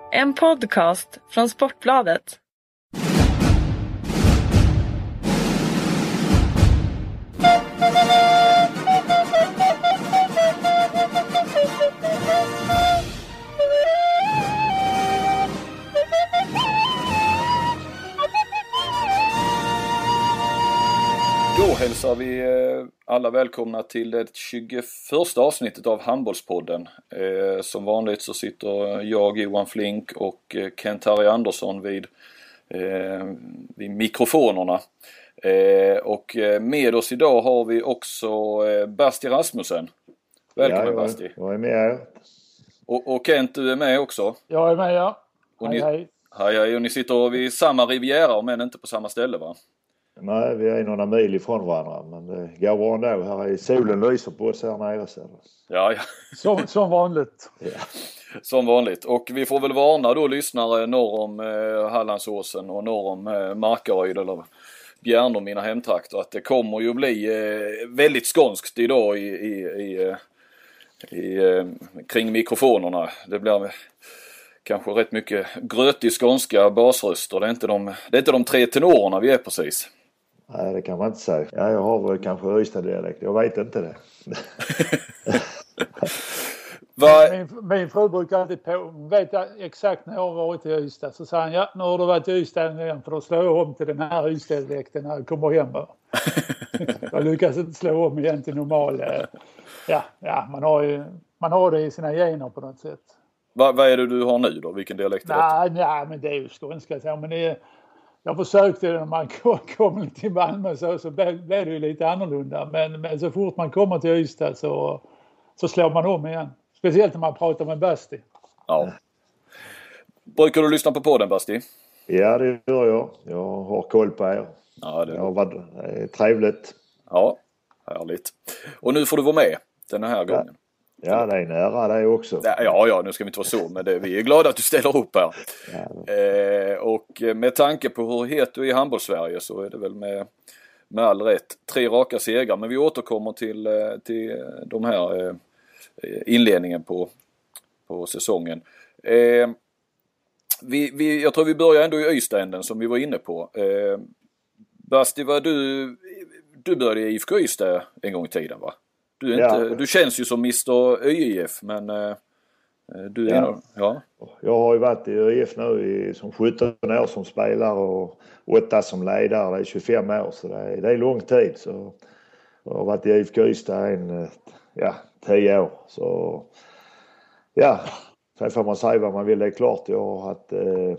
En podcast från Sportbladet. Då hälsar vi alla välkomna till det 21:a avsnittet av Handbollspodden. Som vanligt så sitter jag, Johan Flink, och Kent-Harry Andersson vid mikrofonerna. Och med oss idag har vi också Basti Rasmussen. Välkommen, Basti. Jag är med här. Och Kent, du är med också? Jag är med, ja. Hej. Hej. Och ni sitter vid samma Riviera, men inte på samma ställe, va? Nej, vi är några mil ifrån varandra, men det går bra ändå. Här är solen lyser på oss här nere. Ja. Som vanligt. Ja. Som vanligt. Och vi får väl varna då lyssnare norr om Hallandsåsen och norr om Markaryd eller Bjärnum, mina hemtrakter, att det kommer ju bli väldigt skånskt idag kring mikrofonerna. Det blir kanske rätt mycket grötig skånska basröster. Det är inte de tre tenorerna vi är precis. Nej, det kan man inte säga. Ja, jag har väl kanske Ystad-dialekt. Jag vet inte det. Min fru brukar alltid vet exakt när jag har varit i Ystad. Så säger han, ja, nu har du varit i Ystad igen, för då slår jag om till den här Ystad-dialekten när jag kommer hem. Jag lyckas inte slå om igen till normal. Ja, man har det i sina gener på något sätt. Vad är det du har nu då? Vilken dialekt är det? Nej, men det är ju skånska. Men jag försökte när man kom till Malmö så blev det ju lite annorlunda. Men så fort man kommer till Ystad så slår man om igen. Speciellt när man pratar med Basti. Ja. Brukar du lyssna på podden, Basti? Ja, det gör jag. Jag har koll på er. Ja, det är trevligt. Ja, härligt. Och nu får du vara med den här gången. Ja, det är nära det också. Ja, nu ska vi inte vara så, men vi är glada att du ställer upp här. Ja. Och med tanke på hur het du är i handbollssverige så är det väl med all rätt 3 raka segrar. Men vi återkommer till de här inledningen på säsongen. Jag tror vi börjar ändå i Ystad-änden som vi var inne på. Basti, du började i IFK Ystad en gång i tiden, va? Du känns ju som Mr. ÖIF, men du är ja. Jag har ju varit i ÖIF nu som 17 år som spelare och 8 som ledare. Det är 25 år, så det är lång tid. Så jag har varit i IFK Ystad 10 år. Så sen får man säga vad man vill. Det är klart jag har haft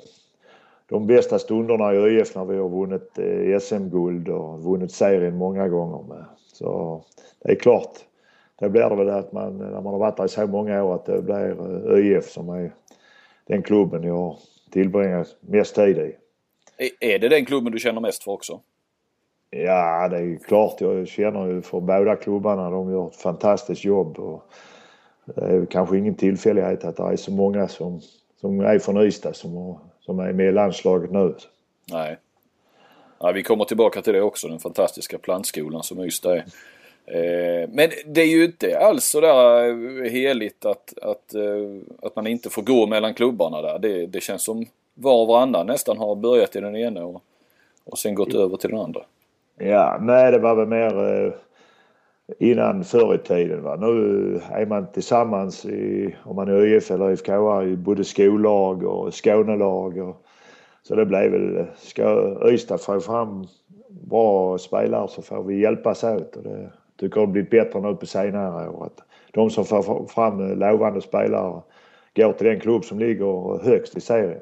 de bästa stunderna i ÖIF när vi har vunnit SM-guld och vunnit serien många gånger med. Så det är klart. Det blir det väl att när man har varit där i så många år att det blir ÖIF som är den klubben jag tillbringar mest tid i. Är det den klubben du känner mest för också? Ja, det är klart. Jag känner ju för båda klubbarna. De gör ett fantastiskt jobb. Och det är kanske ingen tillfällighet att det är så många som är från Ystad som är med i landslaget nu. Nej. Ja, vi kommer tillbaka till det också. Den fantastiska plantskolan som Ystad är. Men det är ju inte alls så där heligt att man inte får gå mellan klubbarna där. Det känns som var och varannan nästan har börjat i den ena och sen gått över till den andra. Ja, nej, det var väl mer innan förr i tiden. Va? Nu är man tillsammans om man är ÖIF eller IFK i både skollag och Skånelag. Så det blev väl, ska Ystad få fram bra spelare så får vi hjälpas åt. Och det tycker jag har blivit bättre nu på senare år. Att de som får fram lovande spelare går till den klubb som ligger högst i serien.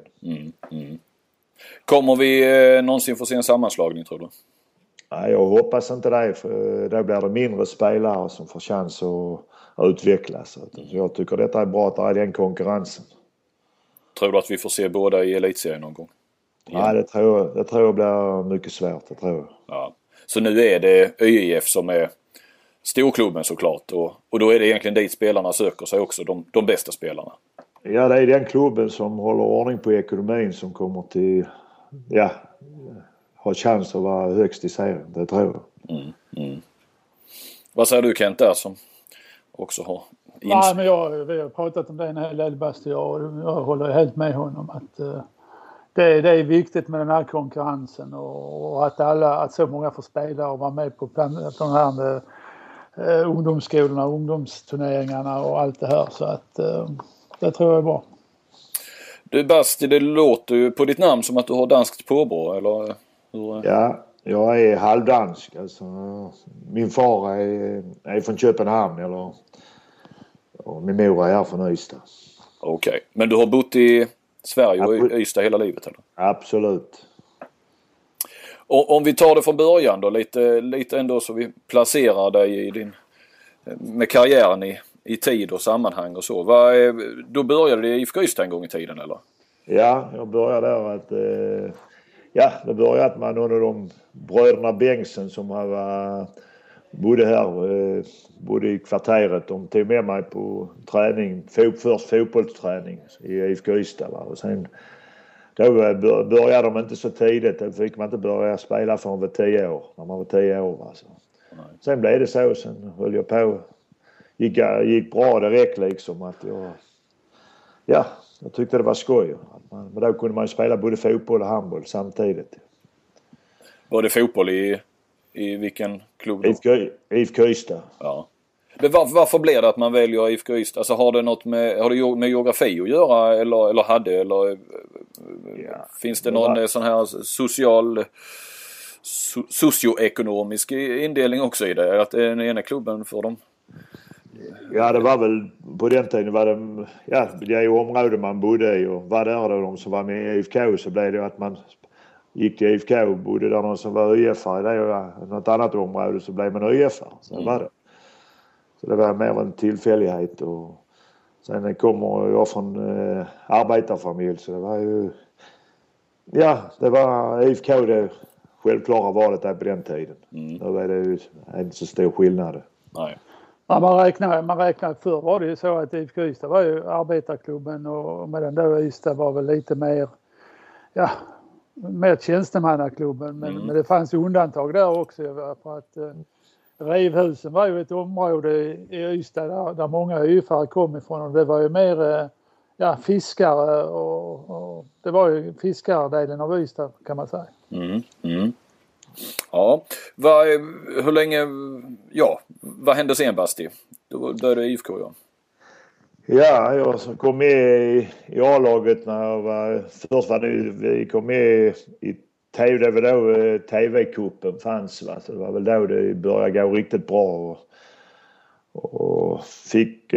Kommer vi någonsin få se en sammanslagning, tror du? Nej, jag hoppas inte det. För då blir det mindre spelare som får chans att utvecklas. Så jag tycker detta är bra att det är den konkurrensen. Tror du att vi får se båda i elitserien någon gång? Nej, det tror jag blir mycket svårt. Det tror jag. Ja. Så nu är det ÖIF som är storklubben såklart. Och då är det egentligen dit spelarna söker sig också, de bästa spelarna. Ja, det är den klubben som håller ordning på ekonomin som kommer till ha chans att vara högst i serien. Det tror jag. Vad säger du, Kent, där som också har Nej, men vi har pratat om det en hel del, Basti, och jag håller helt med honom att det är viktigt med den här konkurrensen och att så många får spela och vara med på de här med ungdomsskolorna, ungdomsturneringarna och allt det här, så att det tror jag är bra. Du Basti, det låter ju på ditt namn som att du har danskt påbrå, eller hur? Ja, jag är halvdansk. Alltså, min far är från Köpenhamn, och min mor är här från Ystad. Okej, men du har bott i Sverige och i Ystad hela livet, eller? Absolut. Och om vi tar det från början då, lite ändå, så vi placerar dig i med karriären i tid och sammanhang och så. Då började det i IFK Ystad en gång i tiden, eller? Ja, jag började där det började att man under de bröderna Bengtsson som bodde här, bodde i kvarteret. De tog med mig på träning, först fotbollsträning i IFK Ystad. Och sen då började de inte så tidigt. Då fick man inte börja spela förrän var 10 år. När man var 10 år. Alltså. Sen blev det så. Sen höll jag på. Gick bra direkt liksom. Att jag tyckte det var skoj. Men då kunde man spela både fotboll och handboll samtidigt. Var det fotboll i vilken klubb då? IFK Ystad. Ja. Men varför blev det att man väljer IFK Ystad? Alltså har det med geografi att göra eller finns det någon sån här socioekonomisk indelning också i det? Att den ena klubben för dem? Ja, det var väl på den tiden det är ju områden man bodde i, och var där då de som var med i IFK, så blev det att man gick till IFK och bodde där någon som var ÖF:are. Det var något annat område så blev man ÖF:are. Så var det. Så det var mer en tillfällighet, och sen kommer jag från arbetarfamilj, så det var ju det var IFK det självklara valet där på den tiden. Då var det ju inte så stor skillnad. Nej. Ja, man räknar förr var det ju så att IFK Ystad var ju arbetarklubben, och medan då Ystad var väl lite mer tjänstemannaklubben, men det fanns undantag där också, för att Revhusen var ju ett område i Ystad där många ÖF:are kom ifrån, och det var ju mer fiskare och det var ju fiskardelen av Ystad, kan man säga. Ja, hur länge, vad hände sen, Basti? Då började IFK, Ja, jag kom med i A-laget när jag vi kom med i TV, det var då TV-kuppen fanns, va? Så det var väl då det började gå riktigt bra, och fick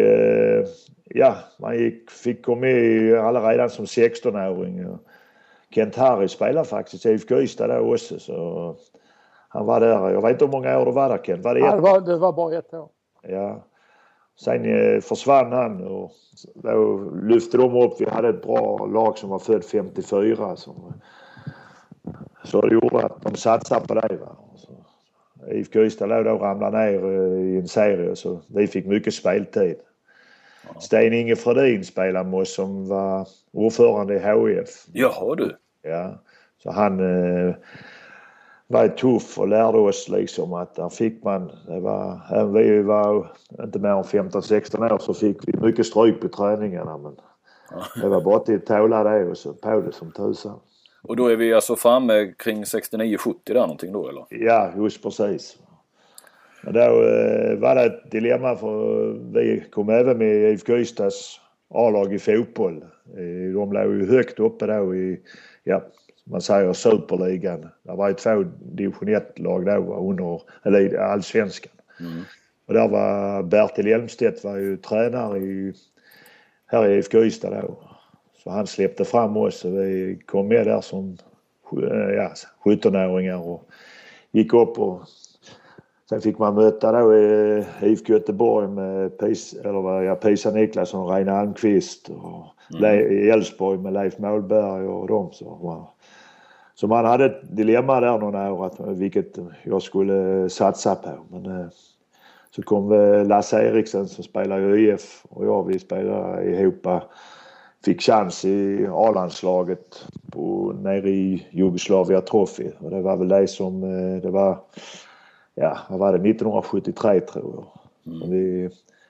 fick komma med alla redan som 16-åring. Kent Harry spelade faktiskt i IFK Ystad då också, så han var där. Jag vet inte hur många år det var där, Kent. Var det det var bara 1 år. Ja. Sen försvann han, och då lyfte de upp. Vi hade ett bra lag som var född 54. Så det gjorde att de satsade på det. Va? Så IFK Ystad då ramlade ner i en serie, så vi fick mycket speltid. Sten Inge Fredin spelade med oss, som var ordförande i HIF. Jaha du. Ja, så han var tuff och lärde oss liksom att där fick man, vi var inte mer än 15-16 år, så fick vi mycket stryk på träningarna, men det var bara till att tåla det, och så på det som tusan. Och då är vi alltså framme kring 69-70 där någonting då, eller? Ja, just precis. Men då var det ett dilemma, för vi kom även med IFK Ystads A-lag i fotboll. De låg ju högt uppe då i, man säger Superligan. Det var ju 2 division 1-lag då under allsvenskan. Och där var Bertil Elmstedt var ju tränare här i IFK Ystad då. Så han släppte fram oss, och vi kom med där som 17-åringar och gick upp, och sen fick man möta då IFK Göteborg med Pisa Niklasson och Reine Almqvist, och i Älvsborg med Leif Målberg och dem. Så man hade ett dilemma där några år, vilket jag skulle satsa på. Men så kom Lasse Eriksen som spelar i ÖIF, och vi spelade ihop. Fick chans i A-landslaget nere i Jugoslavia Trophy, och det var väl det som det var, vad var det, 1973 tror jag.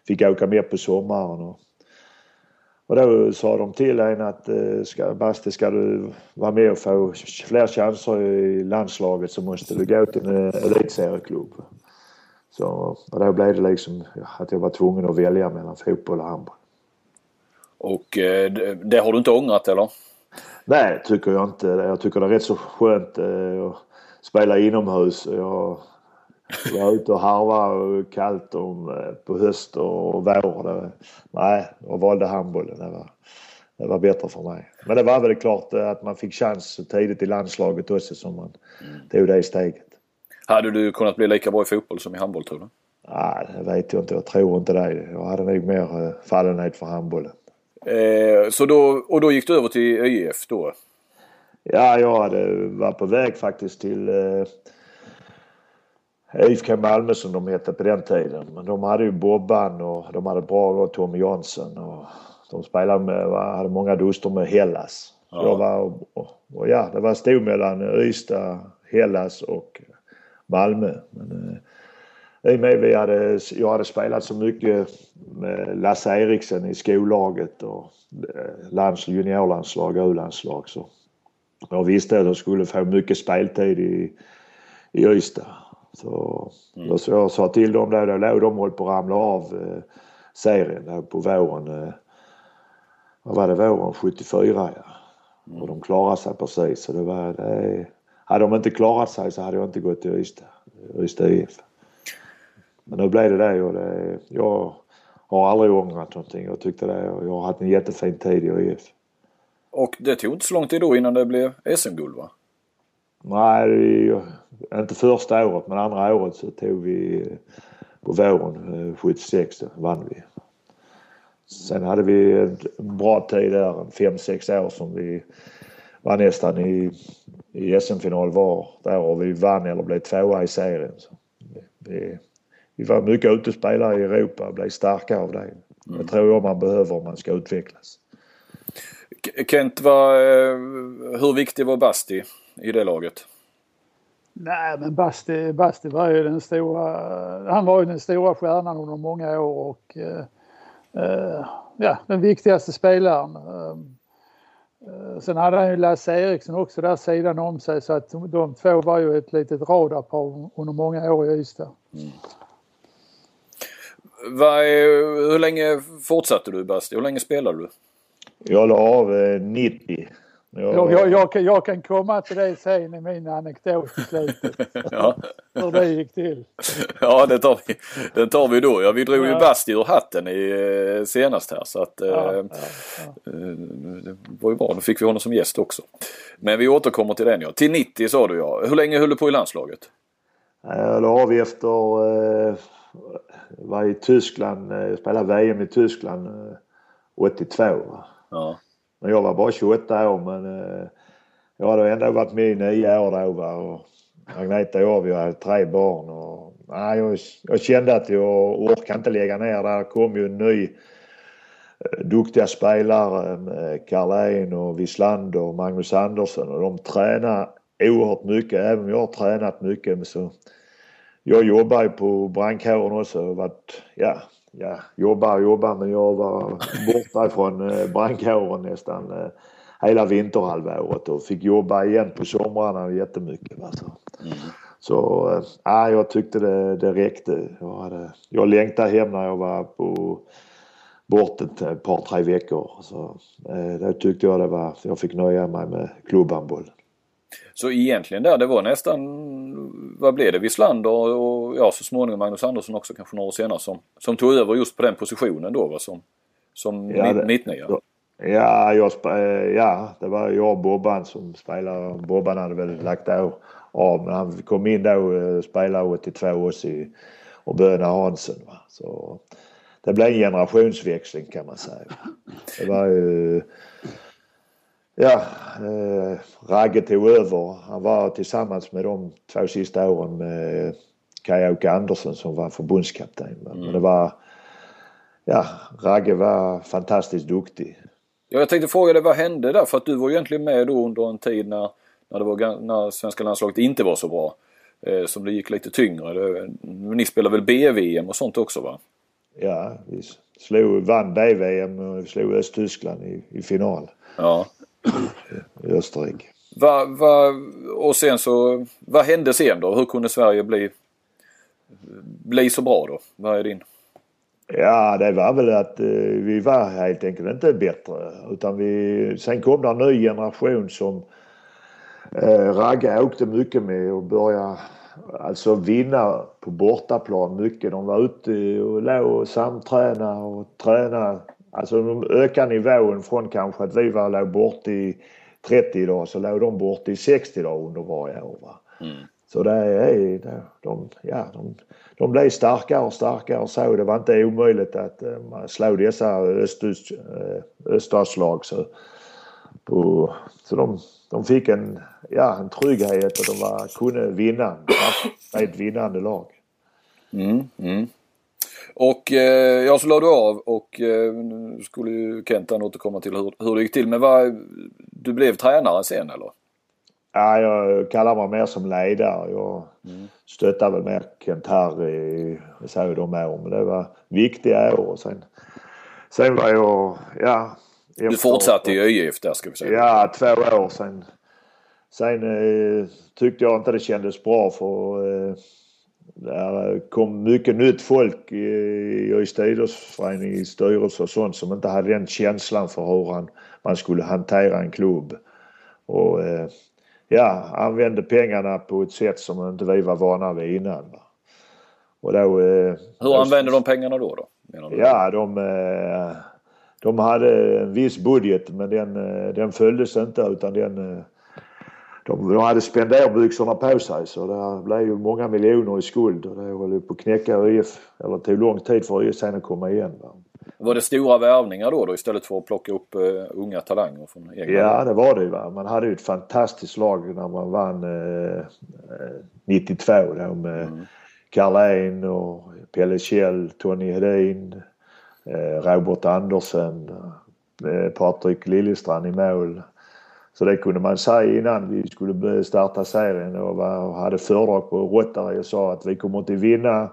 fick åka med på sommaren. Och då sa de till en att Basti, ska du vara med och få fler chanser i landslaget så måste du gå till en elitserieklubb. Så och då blev det liksom att jag var tvungen att välja mellan fotboll och handboll. Och det har du inte ångrat eller? Nej, tycker jag inte. Jag tycker det är rätt så skönt att spela inomhus. Jag var ute och harva kallt på höst och vår. Nej, och valde handbollen. Det var bättre för mig. Men det var väl klart att man fick chans tidigt i landslaget också som man tog det steget. Hade du kunnat bli lika bra i fotboll som i handboll, tror du? Nej, det vet jag inte. Jag tror inte det. Jag hade nog mer fallenhet för handbollen. Så då gick du över till ÖIF då? Ja, jag var på väg faktiskt till IFK Malmö som de hette på den tiden. Men de hade ju Bobban och de hade bra Tommy Jansson och de hade många duster med Hellas. Ja. Det var stor mellan Ystad, Hellas och Malmö. Men i och med jag hade spelat så mycket med Lasse Eriksen i skollaget och juniorlandslag och U-landslag så jag visste att jag skulle få mycket speltid i Ystad. Så jag sa till dem då låg de håll på att ramla av serien där på våren. Vad var det, våren 74 ja. Och de klarade sig precis. Så hade de inte klarat sig så hade jag inte gått till Ystad IF. Men nu blev det och jag har aldrig ångrat någonting. Jag tyckte jag har haft en jättefin tid i IF. Och det tog inte så lång tid då innan det blev SM-guld, va? Nej, inte första året men andra året så tog vi på våren 76 vann vi. Sen hade vi en bra tid där, 5-6 år som vi var nästan i SM-final var där och vi vann eller blev tvåa i serien. Så vi var mycket ute och spelade i Europa och blev starka av det. Det tror jag man behöver om man ska utvecklas. Kent, hur viktig var Basti i det laget? Nej, men Basti var ju den stora stjärnan under många år och den viktigaste spelaren. Sen hade han ju Lasse Eriksen också där sidan om sig så att de två var ju ett litet radarpar under många år i Ystad. Hur länge fortsatte du, Basti? Hur länge spelade du? Jag la av 90. Jag kan komma till det sen i min anekdot i slutet. Ja. Hur det gick till. Ja, den tar vi då. Ja, vi drog ju Basti ur hatten senast här. Så att det var ju bra. Då fick vi honom som gäst också. Men vi återkommer till den. Ja. Till 90 sa du ja. Hur länge höll du på i landslaget? Jag la av efter var i Tyskland. Spelade VM i Tyskland 82. Ja. Men jag var bara 28 år men jag hade ändå varit med i 9 år då och Agneta och jag hade 3 barn och jag kände att jag orkade inte lägga ner. Där kom ju en ny duktiga spelare med Carlén och Wislander och Magnus Andersson och de tränar oerhört mycket även om jag har tränat mycket men så jag jobbar ju på brandkåren också och varit jobbar men jag var borta från brandkåren nästan hela vinterhalvåret och fick jobba igen på somrarna jättemycket. Så jag tyckte det räckte. Jag längtade hem när jag var bort ett par 3 veckor. Så då tyckte jag fick nöja mig med klubbhandboll. Så egentligen det var nästan, vad blev det, Wislander och så småningom Magnus Andersson också kanske några år senare som tog över just på den positionen då som mittnia. Ja, det var jag och Bobban som spelade. Bobban hade väl lagt av men han kom in då och spelade 82 också och Böna Hansen. Så det blev en generationsväxling kan man säga. Det var ju Ragge tog över. Han var tillsammans med de 2 sista åren med Kaj-Åke Andersson som var förbundskapten. Men det var Ragge var fantastiskt duktig. Ja, jag tänkte fråga dig vad hände där för att du var egentligen med då under en tid när svenska landslaget inte var så bra som det gick lite tyngre. Ni spelade väl BVM och sånt också va? Ja, vi vann BVM och slog Östtyskland i final. Ja. I Österrike. Och sen så, vad hände sen då? Hur kunde Sverige bli så bra då? Vad är din? Ja, det var väl att vi var helt enkelt inte bättre. Utan sen kom det en ny generation som Ragga åkte mycket med och började alltså vinna på bortaplan mycket. De var ute och låg och samträna och träna. Alltså de ökade nivån från kanske att vi låg bort i 30 dagar, så låg de bort i 60 dagar under varje år. Va? Mm. Så de blev starkare och starkare, så det var inte omöjligt att man slå dessa öststatslag. Så de fick en trygghet och de kunde vinna med ett vinnande lag. Och så la du av och skulle ju Kent återkomma till hur det gick till. Men du blev tränare sen eller? Ja, jag kallar mig mer som ledare. Jag stöttar väl mer Kent Harry så de år. Men det var viktiga år. Sen var jag... Du fortsatte i ÖIF där ska vi säga. Ja, 2 år sen. Sen tyckte jag inte det kändes bra för det kom mycket nytt folk i idrottsförening, i styrelse och sånt som inte hade den känslan för hur man skulle hantera en klubb. Och använde pengarna på ett sätt som inte vi var vana vid innan. Och då, hur använde de pengarna då? Ja, de hade en viss budget, men den följdes inte, utan de hade spenderbyxorna på sig, så det blev ju många miljoner i skuld och det höll på att knäcka ÖIF, eller tog lång tid för ÖIF sen att komma igen. Var det stora värvningar då istället för att plocka upp unga talanger från egna? Ja, det var det ju. Man hade ju ett fantastiskt lag när man vann 92 då med Carlén och Pelle Kjell, Tony Hedin, Robert Andersen, Patrik Liljestrand i mål. Så det kunde man säga innan vi skulle starta serien och hade föredrag på Rotary och sa att vi kommer inte vinna.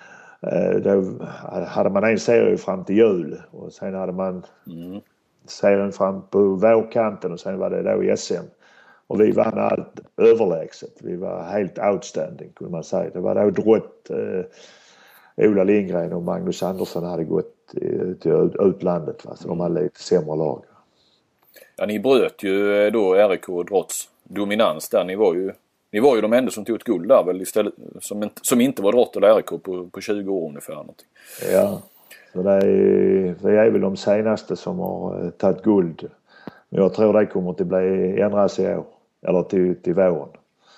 Då hade man en serie fram till jul och sen hade man serien fram på vårkanten och sen var det då i SM. Och vi vann allt överlägset. Vi var helt outstanding kunde man säga. Det var då Drott, Ola Lindgren och Magnus Andersson hade gått till utlandet. Va? Så de hade lite sämre lag. Ja, ni bröt ju då RIK och Drotts dominans där. Ni var ju de enda som tog ett guld där väl istället, som inte var Drott eller RIK på 20 år ungefär. Någonting. Ja, så det är väl de senaste som har tagit guld. Men jag tror det kommer att ändras i år. Eller till våren.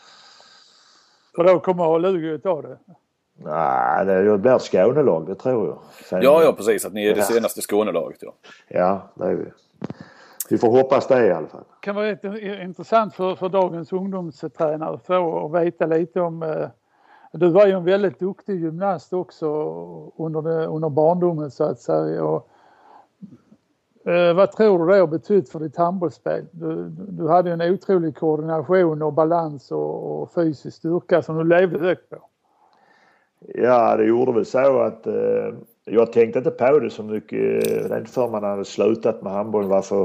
Och då kommer Lugi ta det? Nej, det blir ett Skånelag, det tror jag. Sen, ja, precis. Att ni är det senaste Skånelaget. Ja. Ja, det är vi. Vi får hoppas det i alla fall. Det kan vara intressant för dagens ungdomstränare att veta lite om... Du var ju en väldigt duktig gymnast också under barndomen så att säga. Och, vad tror du det har betytt för ditt handbollsspel? Du hade en otrolig koordination och balans och fysisk styrka som du levde högt på. Ja, det gjorde väl så att jag tänkte inte på det så mycket. Det är inte för man hade slutat med handboll. Varför?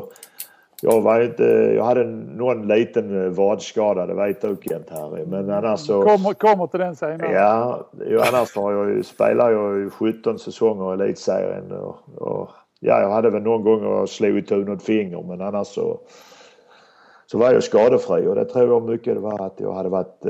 Jag hade någon liten vadskada, det vet du Kent här. Men annars så... Kommer till den senare. Ja, annars spelar jag ju 17 säsonger i elitserien och jag hade väl någon gång slagit ut något finger, men annars så var jag skadefri och det tror jag mycket det var att jag hade varit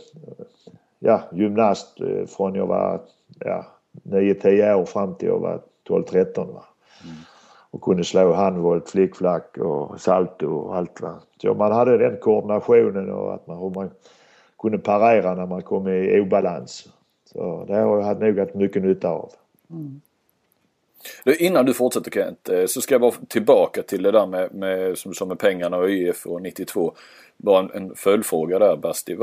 gymnast från jag var 9-10 år fram till jag var 12-13 va. Och kunde slå handvolt, flickflack och salto och allt va. Så man hade den koordinationen och att man kunde parera när man kom i obalans. Så det har jag nog haft mycket nytta av. Mm. Innan du fortsätter Kent så ska jag vara tillbaka till det där med som med pengarna och ÖIF och 92. Bara en följdfråga där Basti.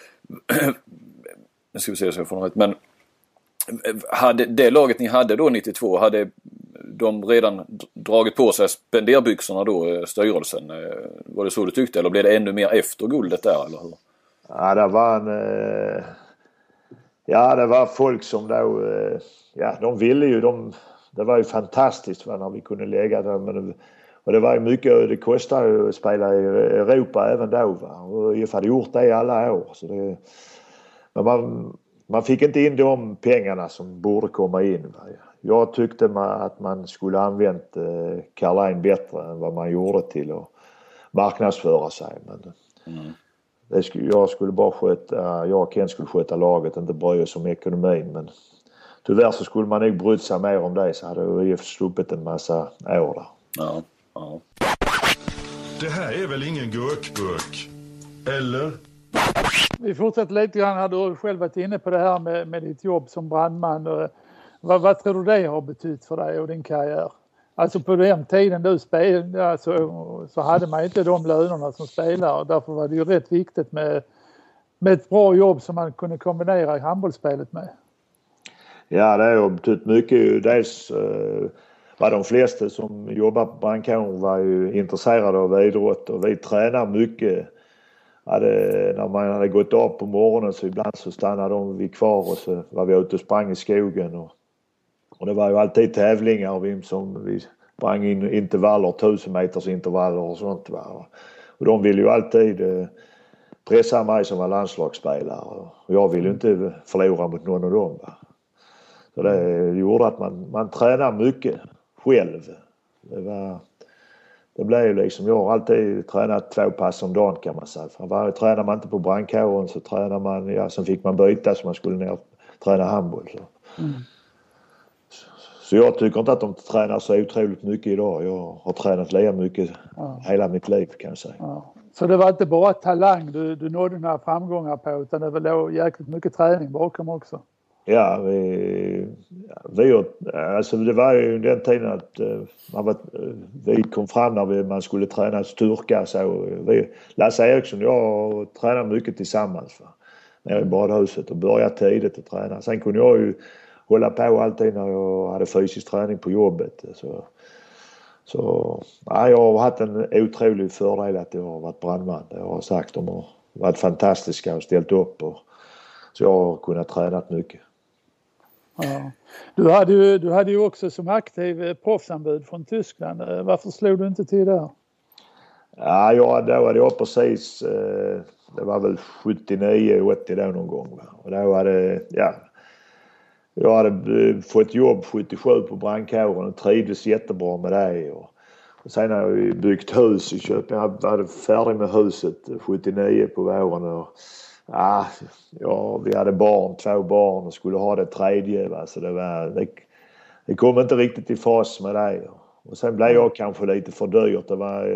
Nu ska vi se så jag får något. Men hade det laget ni hade då 92, hade de redan dragit på sig spenderbyxorna då, styrelsen? Var det så du tyckte eller blev det ännu mer efter guldet där eller hur? Ja, det var det var folk som då de ville ju, det var ju fantastiskt när vi kunde lägga det. Och det var ju mycket, det kostade ju att spela i Europa även då. Va? Och IF hade gjort det i alla år. Så men man fick inte in de pengarna som borde komma in. Va? Jag tyckte att man skulle använt Carline bättre än vad man gjorde till att marknadsföra sig. Men jag skulle bara jag och Ken skulle sköta laget, inte bry oss om ekonomin. Men tyvärr så skulle man nog brytt sig mer om det, så hade IF sluppit en massa år där. Ja. Det här är väl ingen gurkburk? Eller? Vi fortsätter lite grann här. Du har själv varit inne på det här med ditt jobb som brandman. Vad tror du det har betytt för dig och din karriär? Alltså på den tiden du spelade så hade man inte de lönerna som spelare. Därför var det ju rätt viktigt med ett bra jobb som man kunde kombinera handbollsspelet med. Ja, det har betytt mycket. Dels var de flesta som jobbar på brandkåren var ju intresserade av idrott, och vi tränar mycket. När man hade gått av på morgonen så ibland så stannade vi kvar och så var vi ute och sprang i skogen. Och det var ju alltid tävlingar som vi sprang in intervaller, 1000 meters intervaller och sånt. Va? Och de ville ju alltid pressa mig som var landslagsspelare. Och jag ville ju inte förlora mot någon av dem. Va? Så det gjorde att man tränar mycket själv. Det blev ju liksom, jag har alltid tränat 2 pass om dagen kan man säga. För tränar man inte på brandkåren så tränar man, sen fick man byta så man skulle ner och träna handboll. Så jag tycker inte att de tränar så otroligt mycket idag. Jag har tränat lika mycket hela mitt liv kan jag säga. Ja. Så det var inte bara talang du nådde några framgångar på, utan det var jäkligt mycket träning bakom också? Ja, alltså det var ju den tiden att vi kom fram när man skulle träna styrka. Så Lasse Eriksson och jag tränade mycket tillsammans nere i badhuset och började tidigt att träna. Sen kunde jag ju hålla på alltid när jag hade fysisk träning på jobbet. Så jag har haft en otrolig fördel att jag har varit brandman. Jag har sagt de har varit fantastiska och ställt upp. Så jag har kunnat träna mycket. Ja. Du hade ju också som aktiv proffsanbud från Tyskland. Varför slog du inte till där? Ja, då hade jag precis, det var väl 79-80 då någon gång. Va? Och då jag hade fått jobb 77 på brandkåren och trivdes jättebra med det. Och sen har jag byggt hus i Köping. Jag var färdig med huset 79 på våren. Vi hade 2 barn och skulle ha det tredje. Va? Så det kom inte riktigt i fas med det. Och sen blev jag kanske lite för dyrt.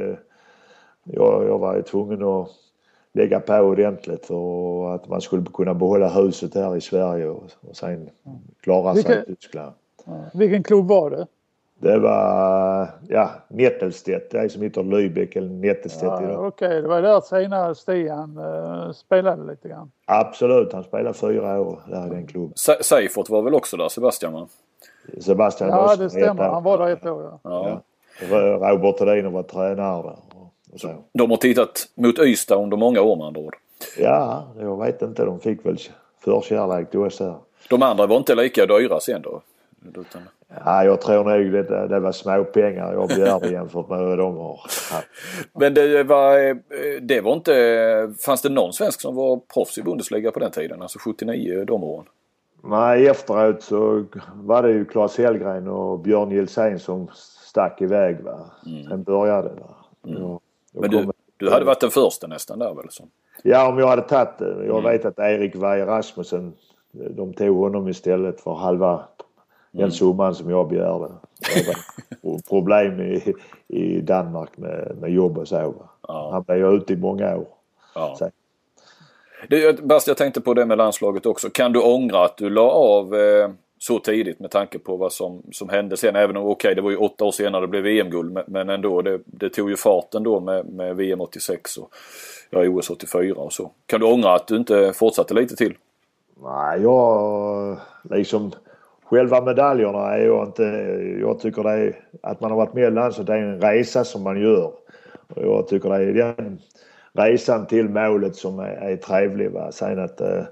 Jag var tvungen att lägga på ordentligt för att man skulle kunna behålla huset här i Sverige och sen klara sig i Tyskland. Vilken klubb var det? Det var Nettelstedt, det är som heter Lübeck eller Nettelstedt idag. Okej, det var där senare Stian spelade lite grann. Absolut, han spelade 4 år där i den klubben. Seifert var väl också där, Sebastian? Va? Sebastian var det stämmer, han var där 1 år. Ja. Robert Hedin var tränare där. Och så. De har tittat mot Ystad under många år med andra ord. Ja, jag vet inte, de fick väl förkärlek till oss här. De andra var inte lika dyra sen då? Ja, jag tror nog det var små pengar jag begärde jämfört med vad de har. Ja. Men det var inte, fanns det någon svensk som var proffs i Bundesliga på den tiden, alltså 79 de åren? Nej, efteråt så var det ju Claes Hellgren och Björn Gilsén som stack iväg. Va? Sen började det. Men du hade varit den första nästan där väl? Så. Ja, om jag hade tagit det. Jag vet att Erik Weijer Rasmussen, de tog honom istället för halva den summan som jag begärde. Det var problem i Danmark med jobb och så. Ja. Han blev ju ute i många år. Ja. Jag tänkte på det med landslaget också. Kan du ångra att du la av så tidigt med tanke på vad som hände sen? Även om det var ju 8 år senare det blev VM-guld. Men ändå, det tog ju farten då med VM 86 och OS 84 och så. Kan du ångra att du inte fortsatte lite till? Nej, jag liksom... Själva medaljerna är jag tycker det är att man har varit med i landet, så det är en resa som man gör. Och jag tycker det är den resan till målet som är trevlig. Va? Sen att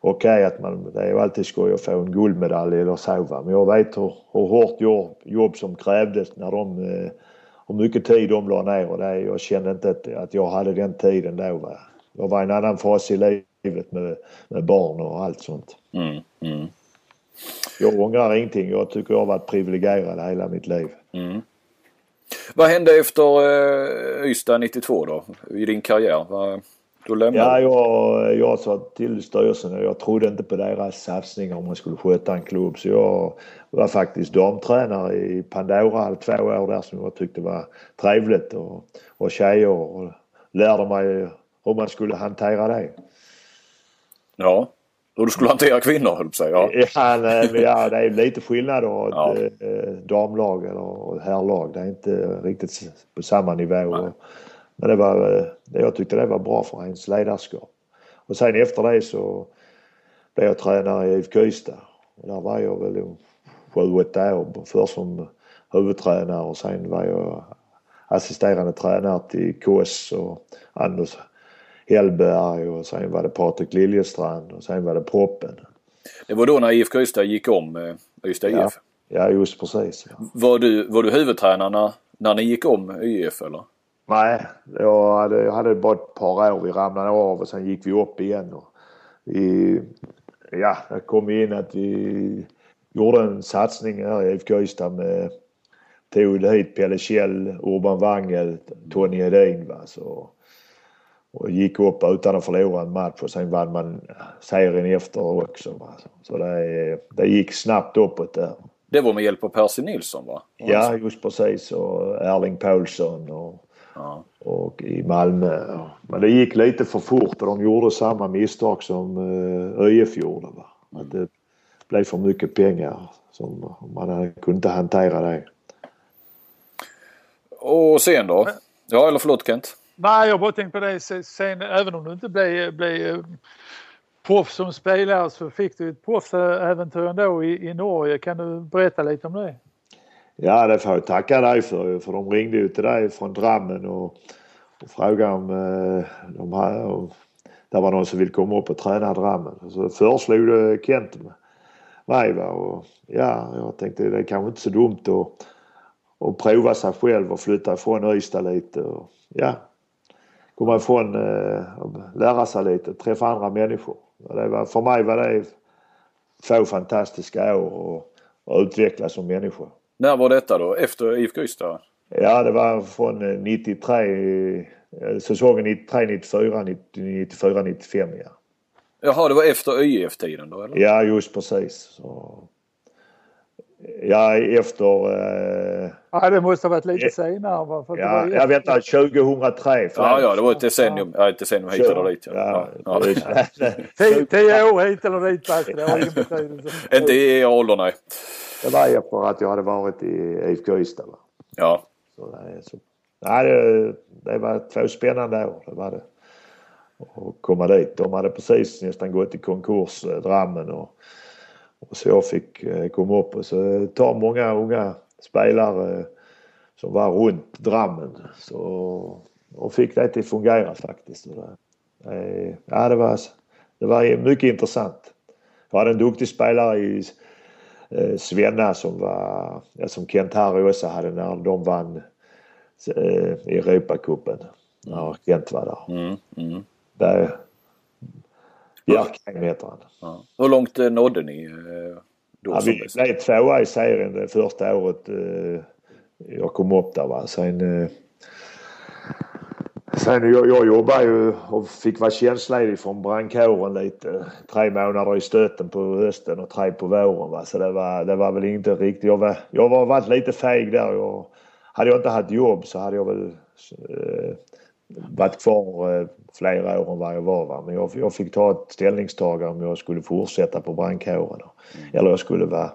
okej att det är ju alltid skoj att få en guldmedalj eller så, va? Men jag vet hur hårt jobb som krävdes när hur mycket tid de la ner, och jag kände inte att jag hade den tiden då, va? Jag var i en annan fas i livet med barn och allt sånt. Jag ångrar ingenting. Jag tycker jag har varit privilegierad hela mitt liv. Vad hände efter Ystad 92 då? I din karriär? Då lämnade jag sa till styrelsen att jag trodde inte på deras satsningar om man skulle sköta en klubb. Så jag var faktiskt damtränare i Pandora 2 år där, som jag tyckte var trevligt. Och tjejer, och lärde mig hur man skulle hantera det. Ja, hur du skulle hantera kvinnor, höll på sig. Ja, det är lite skillnad av ett damlag eller herrlag. Det är inte riktigt på samma nivå. Men jag tyckte det var bra för ens ledarskap. Och sen efter det så blev jag tränare i IFK Ystad. Och där var jag väl 7-8 år. Först som huvudtränare, och sen var jag assisterande tränare till KS och Anders Hellberg, och sen var det Patrik Liljestrand, och sen var det Proppen. Det var då när IFK Ystad gick om Ystad IF? Ja, just precis. Ja. Var du huvudtränare när ni gick om IF, eller? Nej, jag hade bara ett par år. Vi ramlade av och sen gick vi upp igen. Och jag kom in att vi gjorde en satsning här i IFK Ystad med tog hit Pelle Kjell, Urban Wangel, Tony Edin, va? Och gick upp utan att förlora en match, och sen vann man serien efter också, va? Så det gick snabbt uppåt där. Det var med hjälp av Percy Nilsson, va? Ja, just precis, och Erling Paulsson och i Malmö. Men det gick lite för fort, och de gjorde samma misstag som ÖIF gjorde, va? Att det blev för mycket pengar som man kunde inte hantera det. Och sen då? Ja, eller förlåt Kent? Nej, jag bara tänkte på det sen, även om du inte blev proffs som spelare, så fick du ett proffsäventyr ändå i Norge. Kan du berätta lite om det? Ja, det får jag tacka dig för de ringde ju till dig från Drammen och frågade om det var någon som ville komma upp och träna Drammen. Så föreslog det Kent mig, va? Och jag tänkte det är kanske inte så dumt att prova sig själv och flytta ifrån Ystad lite och komma ifrån lära sig lite, träffa andra människor. För mig var det 2 fantastiska år och utvecklas som människa. När var detta då? Efter IFK Ystad? Ja, det var från 93, säsongen 93-94, 94-95, ja. Jaha, det var efter ÖIF-tiden då, eller? Ja, just precis. Så, efter... det måste ha varit lite senare. För jag vet inte, 2003. Ja, det var ett decennium. Ja, ett decennium hit eller dit. Ja. 10 år hit eller dit, fast det har ingen betydelse. Inte i åldern, nej. Det var efter att jag hade varit i IFK Ystad, va? Ja. Det var 2 spännande år, det var det. Och komma dit. De hade precis nästan gått i konkurs, Drammen, och så jag fick komma upp och så ta många unga spelare som var runt Drammen och fick det att fungera faktiskt. Det var mycket intressant. Jag hade en duktig spelare i Svenna som Kent Harry också hade när de vann Europacupen. När Kent var där. Där Björkheim heter han. Ja. Hur långt nådde ni då? Vi blev 2 i serien det första året jag kom upp där, va? Sen jag jobbade ju och fick vara tjänstledig från brandkåren lite. 3 månader i stöten på hösten och 3 på våren, va? Så det var väl inte riktigt. Jag var varit lite feg där. Hade jag inte haft jobb så hade jag väl varit kvar flera år än vad jag var, va? Men jag fick ta ett ställningstagande om jag skulle fortsätta på brandkåren. Eller jag skulle vara...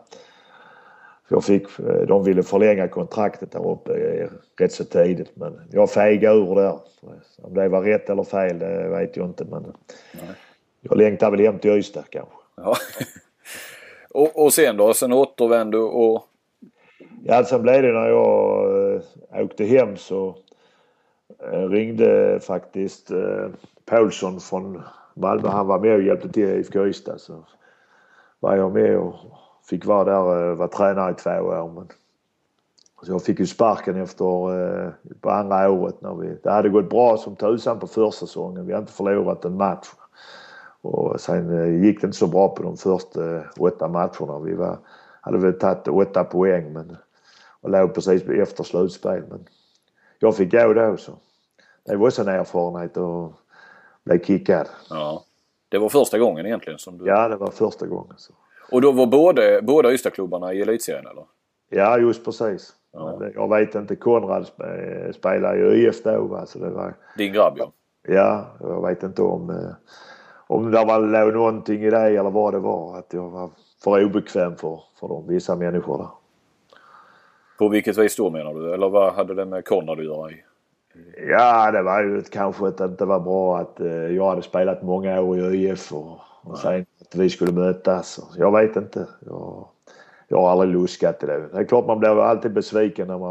De ville förlänga kontraktet där uppe rätt så tidigt, men jag fegade ur där. Om det var rätt eller fel, det vet jag inte, men jag längtar väl hem till Ystad kanske. Ja. och sen då? Sen återvände och... Ja, sen blev det när jag åkte hem så ringde faktiskt Paulsson från Malmö, han var med och hjälpte till i IFK Ystad. Så var jag med och fick vara där, var tränare i 2 år. Men så jag fick ju sparken efter på andra året när det hade gått bra som tusan på försäsongen. Vi hade inte förlorat en match. Och sen gick det inte så bra på de första 8 matcherna. Vi hade väl tagit 8 poäng och låg precis efter slutspel. Men jag fick gå då så. Det var också en erfarenhet att bli kickad. Ja, det var första gången egentligen som du... Ja, det var första gången. Så. Och då var båda Ystadklubbarna i elitserien eller? Ja, just precis. Ja. Men jag vet inte, Konrad spelar i ÖIF då. Va? Så det var... Din grabb, ja. Ja, jag vet inte om det var någonting i det eller vad det var. Att jag var för obekväm för de vissa människor där. På vilket vis då menar du? Eller vad hade det med Konrad att göra i? Ja, det var ju kanske att det inte var bra att jag hade spelat många år i ÖIF och sen att vi skulle mötas. Jag vet inte. Jag har aldrig luskat i det. Det är klart man blir alltid besviken när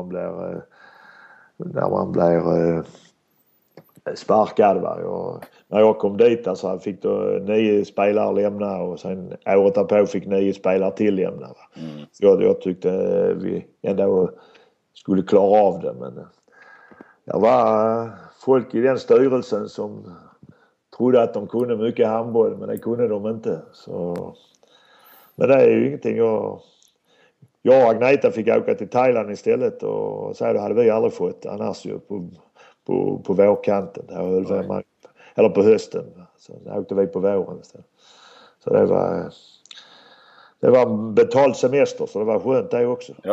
man blir sparkad. Va? När jag kom dit alltså, fick då 9 spelare lämna och sen året därpå fick 9 spelare till lämna. Va? Så jag tyckte vi ändå skulle klara av det. Men det var folk i den styrelsen som trodde att de kunde mycket handboll, men det kunde de inte. Så, men det är ju ingenting. Jag och Agneta fick åka till Thailand istället och så hade vi aldrig fått annars ju på vårkanten. Eller på hösten. Så åkte vi på våren istället. Så det var betald semester så det var skönt det också. Ja.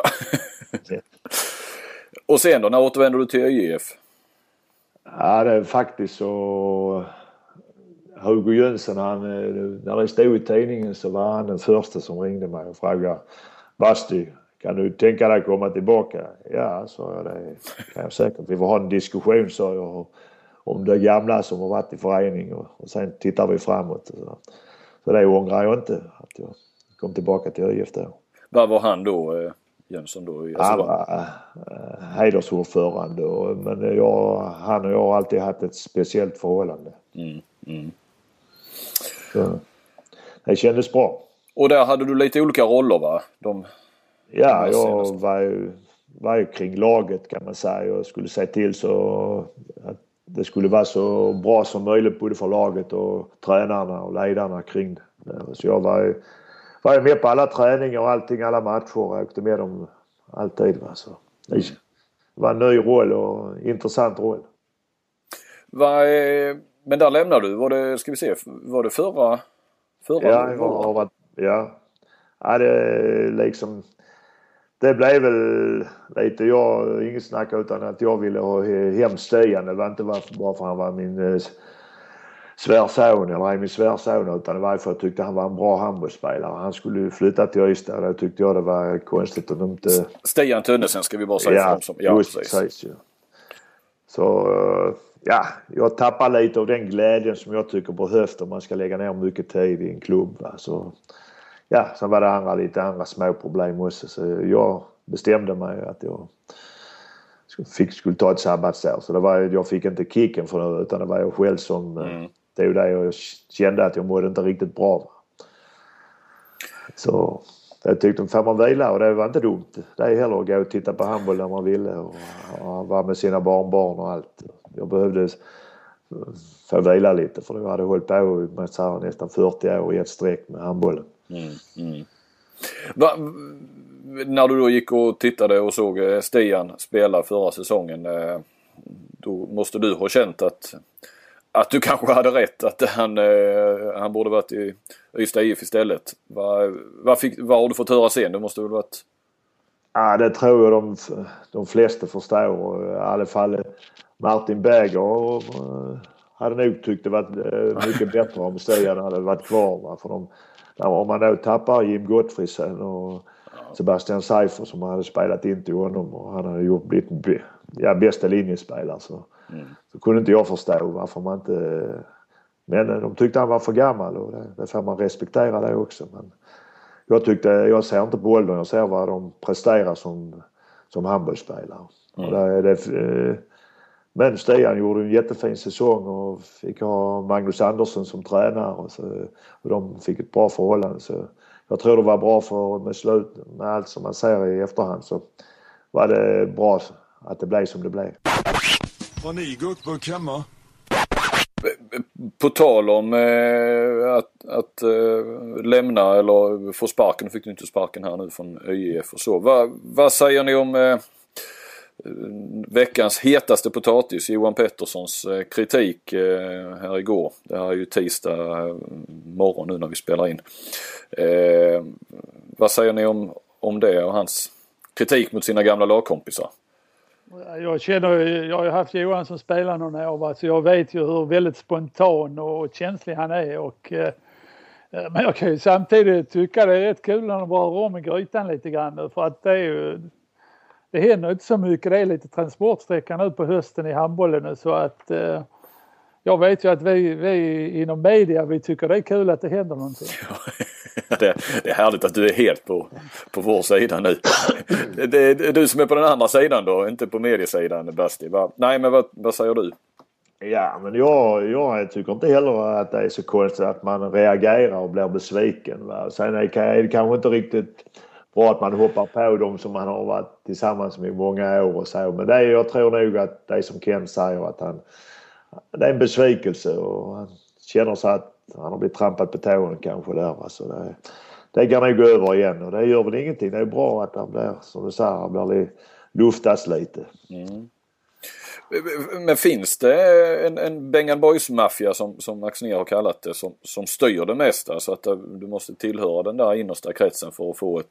Och sen då, när återvänder du till ÖIF? Ja, det är faktiskt så. Hugo Jönsson, när det stod i tidningen så var han den första som ringde mig och frågade: Basti, kan du tänka dig komma tillbaka? Ja, så jag, det kan jag säkert. Vi får ha en diskussion så jag, om det gamla som har varit i förening och sen tittar vi framåt. Så det ångrar jag inte att jag kom tillbaka till ÖIF då. Vad var han då, Jönsson då? Han var hedersordförande men han och jag har alltid haft ett speciellt förhållande. Så, det kändes bra. Och där hade du lite olika roller va? Ja, jag var ju kring laget kan man säga. Jag skulle se till så att det skulle vara så bra som möjligt både för laget och tränarna och ledarna kring det. Så jag var ju med på alla träningar och allting, alla matcher. Jag åkte med dem alltid. Va? Så det var en ny roll och intressant roll. Men där lämnade du. Var det förra året? Ja, det blev väl lite, inget snack utan att jag ville ha hem Stian. Det var inte bara för han var min svärson eller min svärson utan det var för att jag tyckte han var en bra handbollsspelare. Han skulle flytta till Ystad och då tyckte jag det var konstigt att de inte... Stian Tönnesen ska vi bara säga för dem som... Ja, precis. Ja. Så jag tappar lite av den glädjen som jag tycker behövs om man ska lägga ner mycket tid i en klubb. Va? Så sen var det lite andra små problem också. Så jag bestämde mig att jag skulle ta ett sabbatsår. Så jag fick inte kicken för det utan det var jag själv som... Det är ju det jag kände att jag mådde inte riktigt bra. Va? Så jag tyckte de får man vila och det var inte dumt. Det är heller att gå och titta på handboll när man ville och vara med sina barnbarn och allt. Jag behövde få vila lite för jag hade hållit på med nästan 40 år i ett streck med handbollen. När du då gick och tittade och såg Stian spela förra säsongen, då måste du ha känt att du kanske hade rätt, att han borde varit i Ystad IF istället. Vad har du fått höra sen? Det måste väl varit... Ja, det tror jag de flesta förstår. I alla fall Martin Berger hade nog tyckt det var mycket bättre om Stian hade varit kvar. Va? För om man då tappar Jim Gottfriedsen och Sebastian Seifer som hade spelat in till honom och han hade blivit bästa linjespelare så kunde inte jag förstå varför man inte... Men de tyckte han var för gammal och det får man respektera det också. Men jag ser inte på åldern, jag ser vad de presterar som handbollsspelare. Och Men Stian gjorde en jättefin säsong och fick ha Magnus Andersson som tränare och de fick ett bra förhållande. Så jag tror det var bra för med allt som man ser i efterhand, så var det bra att det blev som det blev. Har ni gurkburk hemma? På tal om att lämna eller få sparken, fick du inte sparken här nu från ÖIF och så. Vad säger ni om veckans hetaste potatis, Johan Petterssons kritik här igår? Det här är ju tisdag morgon nu när vi spelar in. Vad säger ni om det och hans kritik mot sina gamla lagkompisar? Jag har ju haft Johan som spelar några år, så jag vet ju hur väldigt spontan och känslig han är. Men jag kan ju samtidigt tycka det är rätt kul när de rör om i grytan lite grann. För att det händer inte så mycket. Det är lite transportsträckan ut på hösten i handbollen nu, så att jag vet ju att vi inom media, vi tycker det är kul att det händer någonting. Det är härligt att du är helt på vår sida nu. Det är du som är på den andra sidan då, inte på mediesidan, Basti. Nej, men vad säger du? Ja, men jag tycker inte heller att det är så konstigt att man reagerar och blir besviken. Va? Sen är det kanske inte riktigt bra att man hoppar på dem som man har varit tillsammans med i många år och så. Men jag tror nog att det som Ken säger, att det är en besvikelse och han känner sig att han har blivit trampad på tån kanske där. Så det kan nog gå över igen och det gör väl ingenting. Det är bra att han blir, som du säger, han blir luftas lite. Mm. Men finns det en Bengan Boys-maffia som Max Ner har kallat det, som styr det mesta, så att du måste tillhöra den där innersta kretsen för att få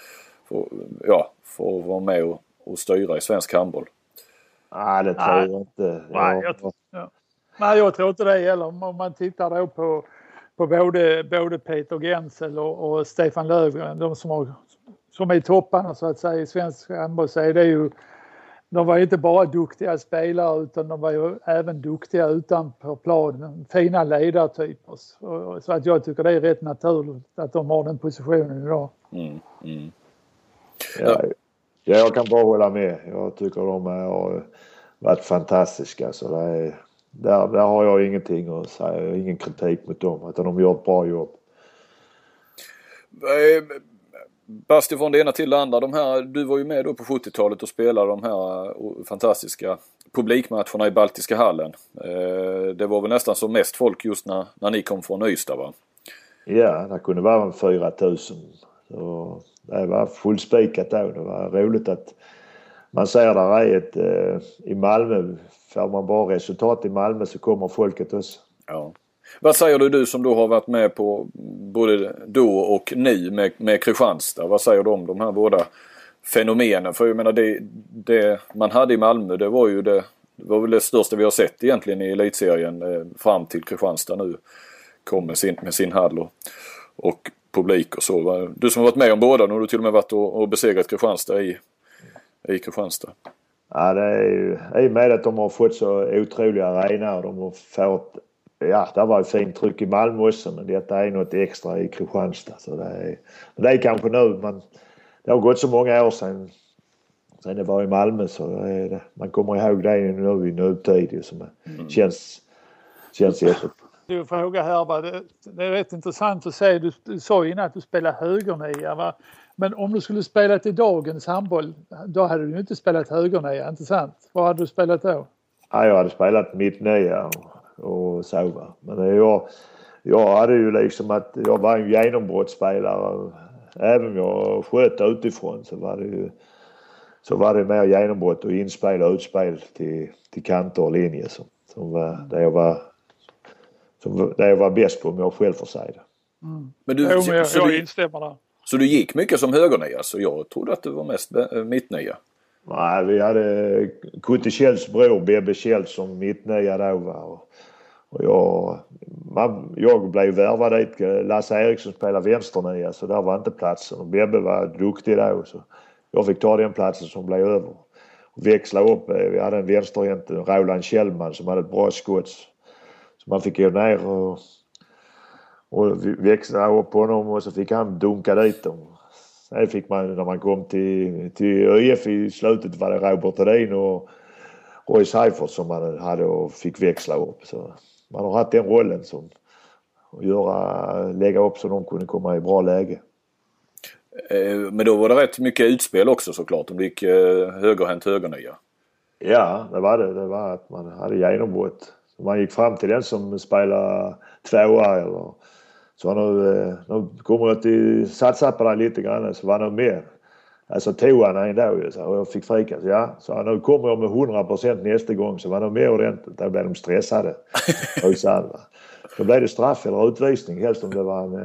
för att vara med och styra i svensk handboll? Nej, det tror jag inte. Nej, jag tror inte det heller. Om man tittar då på både Peter Gensel och Stefan Löfgren, de som är topparna så att säga i svensk handboll, så är det ju, de var inte bara duktiga spelare utan de var ju även duktiga utanför planen, fina ledartyper. Så att jag tycker det är rätt naturligt att de har den positionen idag. Ja, jag kan bara hålla med. Jag tycker de har varit fantastiska, så där har jag ingenting att säga, ingen kritik mot dem, utan de gör ett bra jobb. Basti, från det ena till det andra, du var ju med då på 70-talet och spelade de här fantastiska publikmatcherna i Baltiska hallen. Det var väl nästan som mest folk just när ni kom från Ystad, va? Ja, det kunde vara 4 000. Så det var fullspikat då. Det var roligt att man ser där i Malmö. Får man bara resultat i Malmö så kommer folket också. Ja. Vad säger du som då har varit med på både då och nu med Kristianstad? Vad säger du om de här båda fenomenen? För jag menar det man hade i Malmö, det var väl det största vi har sett egentligen i elitserien fram till Kristianstad nu kom med sin hall och publik och så. Du som har varit med om båda, nu har du till och med varit och besegrat Kristianstad i Kristianstad. Ja, det är ju i och med att de har fått så otroliga arenor. De har fått, det var ett fint tryck i Malmö också, men detta är något extra i Kristianstad. Så det är kanske nu, det har gått så många år sedan det var i Malmö, så man kommer ihåg det nu i nutid som känns jättebra. Du frågar här, det är rätt intressant att se, du sa innan att du spelar högernia, va? Men om du skulle spela till dagens handboll, då hade du ju inte spelat högernia, inte sant? Vad hade du spelat då? Ja, jag hade spelat mittnia och så, va? Men jag hade ju liksom att jag var en genombrottsspelare. Även om jag sköt utifrån så var det mer genombrott och inspel och utspel till kanter och linjer som var det jag var bäst på, om jag själv får säga det. Men jag instämmer där. Så du gick mycket som högernia, så jag trodde att du var mest mittnia. Nej, vi hade Kutte Kjells bror, Bebbe Kjell, som mittnia då, va? Och jag blev värvad dit. Lasse Eriksson spelade vänsternia, så där var inte platsen. Och Bebbe var duktig då, så jag fick ta den platsen som blev över. Och växla upp. Vi hade en vänsterhänt, Roland Kjellman, som hade ett bra skott. Så man fick gå ner och växla upp på honom, och så fick han dunka dit dem. Sen fick man, när man kom till ÖIF i slutet, var det Robert Edin och Roy Seifert som man hade och fick växla upp. Så man har haft den rollen som att lägga upp så de kunde komma i bra läge. Men då var det rätt mycket utspel också såklart. De gick högerhänt högernia. Ja, det var det. Det var att man hade genombrott. Man gick fram till den som spelar tvåa eller så. Nu kommer jag till satsa på det lite grann så var nog mer. Alltså tog han en dag och jag fick frika. Ja, så nu kommer jag med 100% nästa gång så var nog mer ordentligt. Då blev de stressade. Då blev det straff eller utvisning helst om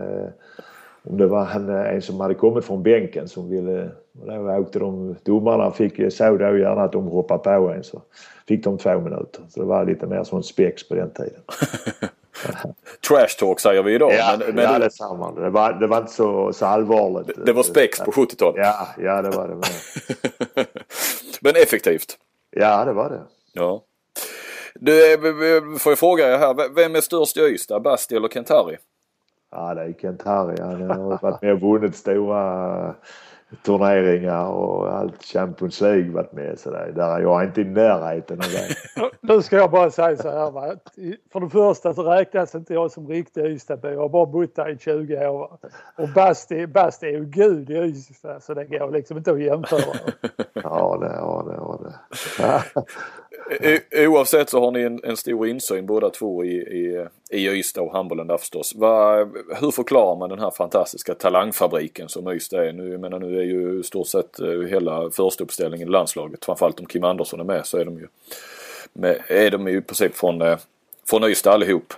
det var en som hade kommit från bänken som ville. Då åkte domarna såg då gärna att de hoppade på en så fick de 2 minuter. Så det var lite mer som en spex på den tiden. Trash talk säger vi idag. Ja, men det är samma. Det var inte så allvarligt. Det var spex på 70-talet. Ja, det var det. Men effektivt. Ja, det var det. Ja. Du, får jag fråga er här. Vem är störst i Ystad? Basti eller Kentari? Ja, det är Kentari. Han har varit med och vunnit stora turneringar och allt Champions League varit med så där är jag inte i närheten av det. Nu ska jag bara säga så här, va? För det första så räknas inte jag som riktig Ystadby. Jag har bara bott där i 20 år. Och Basti är ju gud i Ystad så det går liksom inte att jämföra. Ja, det. Oavsett så har ni en stor insyn båda två i Ystad och handbollen där förstås. Hur förklarar man den här fantastiska talangfabriken som Ystad är? Nu är ju stort sett hela första uppställningen i landslaget. Framförallt om Kim Andersson är med så är de ju i princip från Ystad allihop.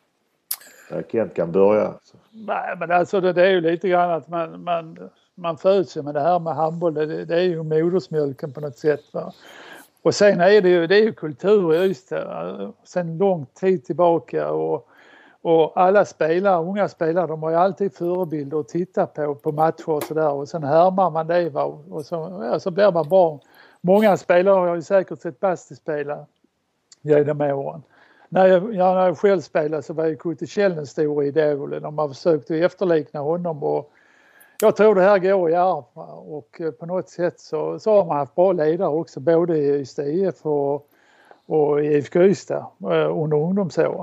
Kent kan börja. Nej, men alltså det är ju lite grann att man föds med det här med handboll. Det är ju modersmjölken på något sätt, va? Och sen är det är ju kultur i Ystad sen lång tid tillbaka och alla unga spelare, de har ju alltid förebilder att titta på matcher och sådär och sen härmar man det, va? Och så blir man bra. Många spelare har ju säkert sett Basti spela genom åren. När jag själv spelade så var ju Kutte Kjell en stor idol. De har försökt att efterlikna honom och jag tror det här går i arv och på något sätt så har man haft bra ledare också både i Ystad IF och i IFK Ystad under ungdomsåren.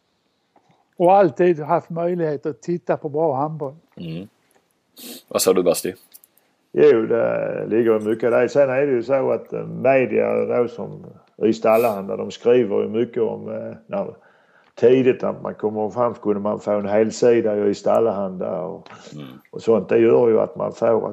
Och alltid haft möjlighet att titta på bra handboll. Mm. Vad sa du Basti? Jo, det ligger mycket där. Sen är det ju så att media då som Ystad Allehanda, de skriver ju mycket om tidigt att man kommer fram kunde man få en helsida i Ystad Allehanda och sånt. Det gör ju att man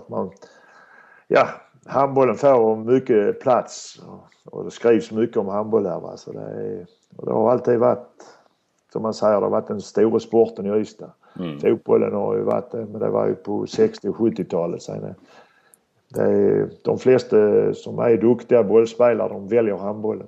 handbollen får mycket plats och det skrivs mycket om handboll här. Va? Så det har alltid varit, som man säger, det har varit den stora sporten i Ystad. Fotbollen har ju varit det, men det var ju på 60- och 70-talet sen. De flesta som är duktiga bollspelare, de väljer handbollen.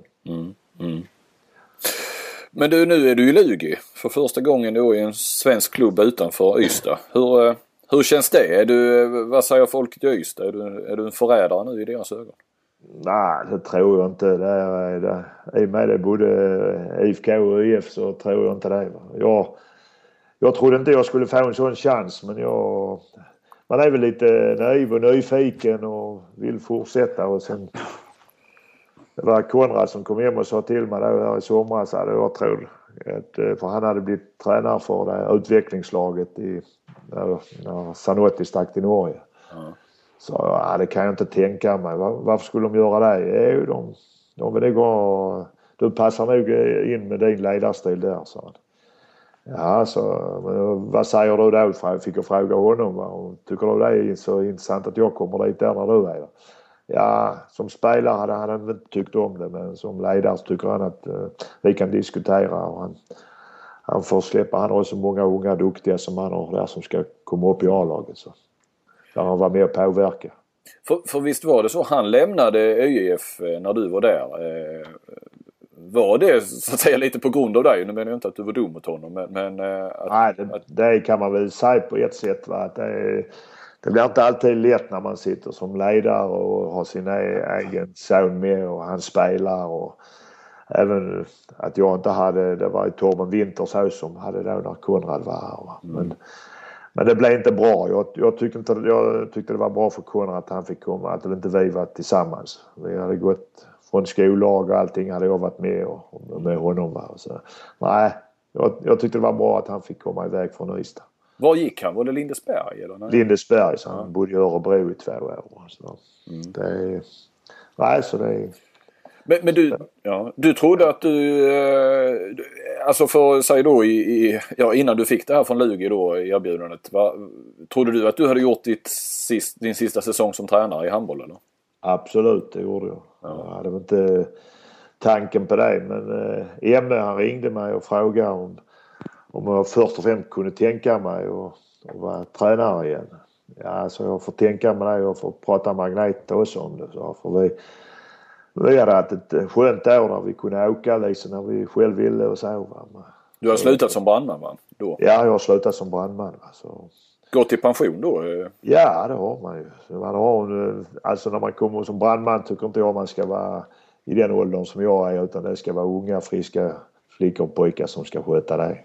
Men nu är du i Lugi för första gången då i en svensk klubb utanför Ystad. Hur känns det? Vad säger folk i Ystad? Är du en förrädare nu i deras ögon? Nej, det tror jag inte. I och med det både IFK och IF så tror jag inte det. Jag trodde inte jag skulle få en sån chans, men man är väl lite naiv och nyfiken och vill fortsätta. Och sen det var Konrad som kom hem och sa till mig där i somras att jag tror för han hade blivit tränare för det utvecklingslaget när Sanotti stack till Norge. Så det kan jag inte tänka mig. Varför skulle de göra det? De vill gå. Du passar nog in med din ledarstil där, sa han. Ja, så vad säger du då? Jag fick fråga honom. Tycker du det är så intressant att jag kommer dit där när du är där? Ja, som spelare hade han inte tyckt om det, men som ledare tycker han att vi kan diskutera och han får släppa. Han har så många unga duktiga som han har där som ska komma upp i A-laget. Så han var med och påverka. För visst var det så, han lämnade ÖIF när du var där. Var det så att säga lite på grund av dig? Nu menar jag inte att du var dum mot honom. Nej, det kan man väl säga på ett sätt. Va? Att det blir inte alltid lätt när man sitter som ledare och har sin egen son med och han spelar. Och även att jag inte hade, det var ju Torben Wintershus som hade då när Konrad var här. Men det blev inte bra. Jag tyckte det var bra för Konrad att han fick komma, att inte vi var tillsammans. Vi hade gått från skollag och allting hade jag varit med och med honom. Va? Så, nej, jag tyckte det var bra att han fick komma iväg från Ystad. Var gick han? Var det Lindesberg? Eller? Nej? Lindesberg, så han bodde i Örebro i 2 år. Så det är... Men du trodde att du alltså för sig då innan du fick det här från Lugi då i erbjudandet, trodde du att du hade gjort din sista säsong som tränare i handboll eller? Absolut, det gjorde jag. Jag hade inte tanken på det, men Emme han ringde mig och frågade om jag först och främst kunde tänka mig och vara tränare igen. Ja, så jag får tänka mig det och får prata med Agneta också om det. Så för vi hade haft ett skönt år där vi kunde åka liksom när vi själv ville och så. Du har slutat som brandman va? Då? Ja, jag har slutat som brandman. Så. Gått i pension då? Ja, det har man ju. Alltså när man kommer som brandman tycker inte jag man ska vara i den åldern som jag är, utan det ska vara unga, friska flickor och pojkar som ska sköta det.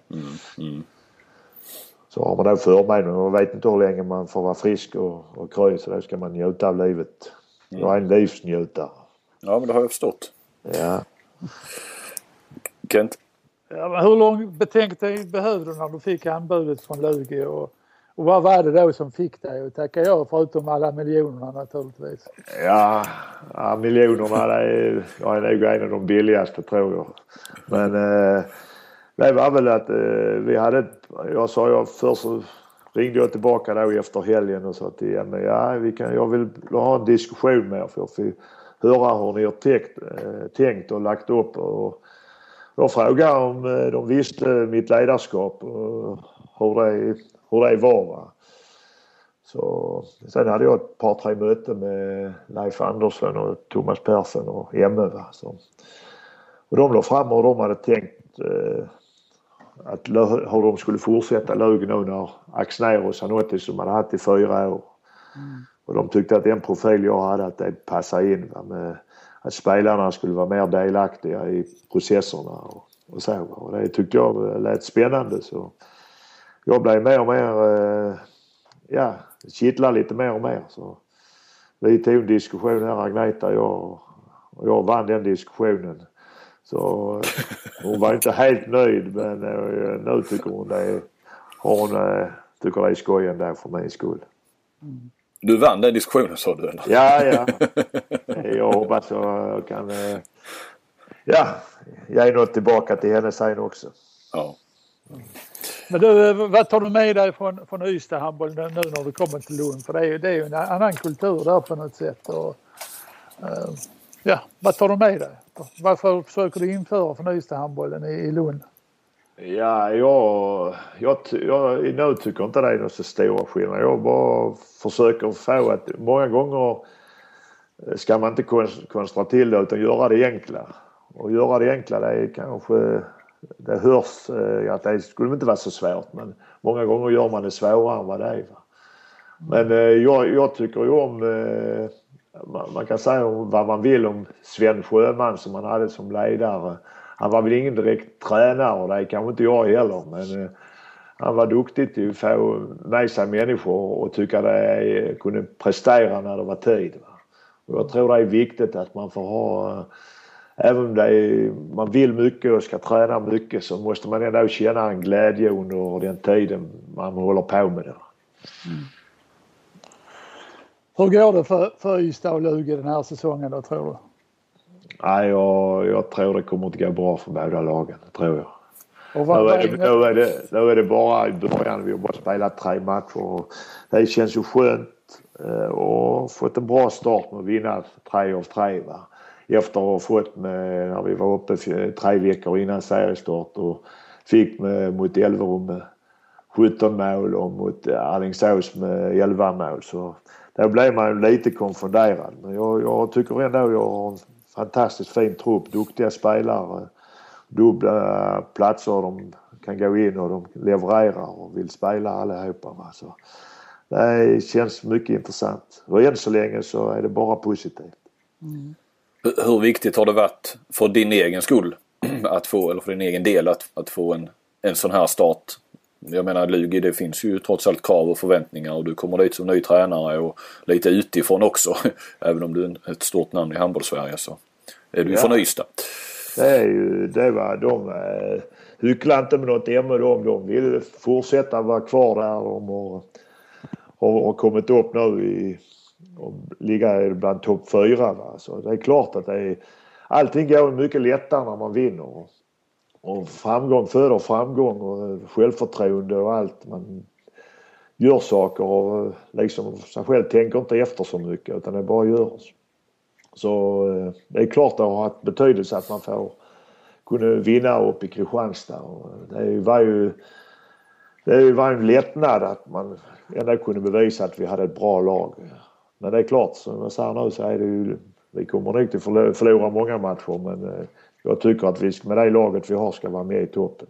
Så har man då förmånen och vet inte hur länge man får vara frisk och kry, så då ska man njuta av livet. Jag är en livsnjutare. Ja, men det har jag förstått. Ja. Kent? Ja, men hur lång betänketid behövde du när du fick anbudet från Lugi och vad var det då som fick dig att tacka ja, förutom alla miljonerna naturligtvis? Ja miljonerna jag är nog en av de billigaste tror jag. Men det var väl att vi hade, först så ringde jag tillbaka då efter helgen och sa till Emma, jag vill ha en diskussion med er för jag får höra hur ni har tänkt och lagt upp och jag frågade om de visste mitt ledarskap och hur det var. Va? Så sen hade jag ett par 3 möten med Leif Andersson och Thomas Persson och Emme. Va? Så. Och de låg fram och de hade tänkt att hur de skulle fortsätta Lugi nu när Axnér Zanotti som hade haft i 4 år. Och de tyckte att den profil jag hade att det passade in va? Med att spelarna skulle vara mer delaktiga i processerna och så. Va? Och det tyckte jag lät spännande så jag blev mer och mer kittlade lite mer och mer. Så vi tog en diskussion här Agneta och jag vann den diskussionen. Så hon var inte helt nöjd men nu tycker hon tycker det är skoj ändå för min skull. Du vann den diskussionen sa du eller? Ja. Jag hoppas jag kan ge något tillbaka till henne sen också. Ja. Men du, vad tar du med dig från Ystad handboll nu när du kommer till Lund? För det är ju en annan kultur där på något sätt. Och, vad tar du med dig? Varför försöker du införa från Ystad handbollen i Lund? Ja, jag nu tycker inte det är något så stora skillnad. Jag bara försöker få att många gånger ska man inte konstra till det utan göra det enkla. Och göra det enkla det är kanske... Det hörs att det skulle inte vara så svårt men många gånger gör man det svårare än vad det är. Va? Men jag tycker ju om man kan säga vad man vill om Sven Sjöman som han hade som ledare. Han var väl ingen direkt tränare och det är kanske inte jag heller men han var duktig till att få med sig människor och tycka det kunde prestera när det var tid. Va? Och jag tror det är viktigt att man får ha även om man vill mycket och ska träna mycket så måste man ändå känna en glädje under den tiden man håller på med det. Hur går det för Ystad och Lugi den här säsongen då tror du? Nej, jag tror det kommer att gå bra för båda lagen, tror jag. Och nu är det bara i början, vi har bara spelat 3 matcher och det känns ju skönt och fått en bra start med att vinna 3 av 3 va. Efter att ha fått när vi var uppe 3 veckor innan seriestart och fick mot Elverum med 17 mål och mot Alingsås med 11 mål så då blev man lite konfunderad. Men jag tycker ändå jag har en fantastiskt fin trupp, duktiga spelare, dubbla platser de kan gå in och de levererar och vill spela allihopa. Va? Så det känns mycket intressant och än så länge så är det bara positivt. Hur viktigt har det varit för din egen skull att få, eller för din egen del att få en sån här start? Jag menar Lugi, det finns ju trots allt krav och förväntningar och du kommer dit som ny tränare och lite utifrån också även om du är ett stort namn i handbollssverige så är du från Ystad. Det var de hycklade inte med något ämne. De vill fortsätta vara kvar där. De har kommit upp nu och ligga bland topp 4. Va? Så det är klart att allting går mycket lättare när man vinner. Och framgång föder framgång och självförtroende och allt. Man gör saker och liksom sig själv tänker inte efter så mycket utan det bara görs. Så det är klart att det har haft betydelse att man får kunna vinna upp i Kristianstad. Och det var en lättnad att man ändå kunde bevisa att vi hade ett bra lag. Men det är klart, som jag säger nu så är det ju, vi kommer nog att förlora många matcher men jag tycker att vi med det laget vi har ska vara med i toppen.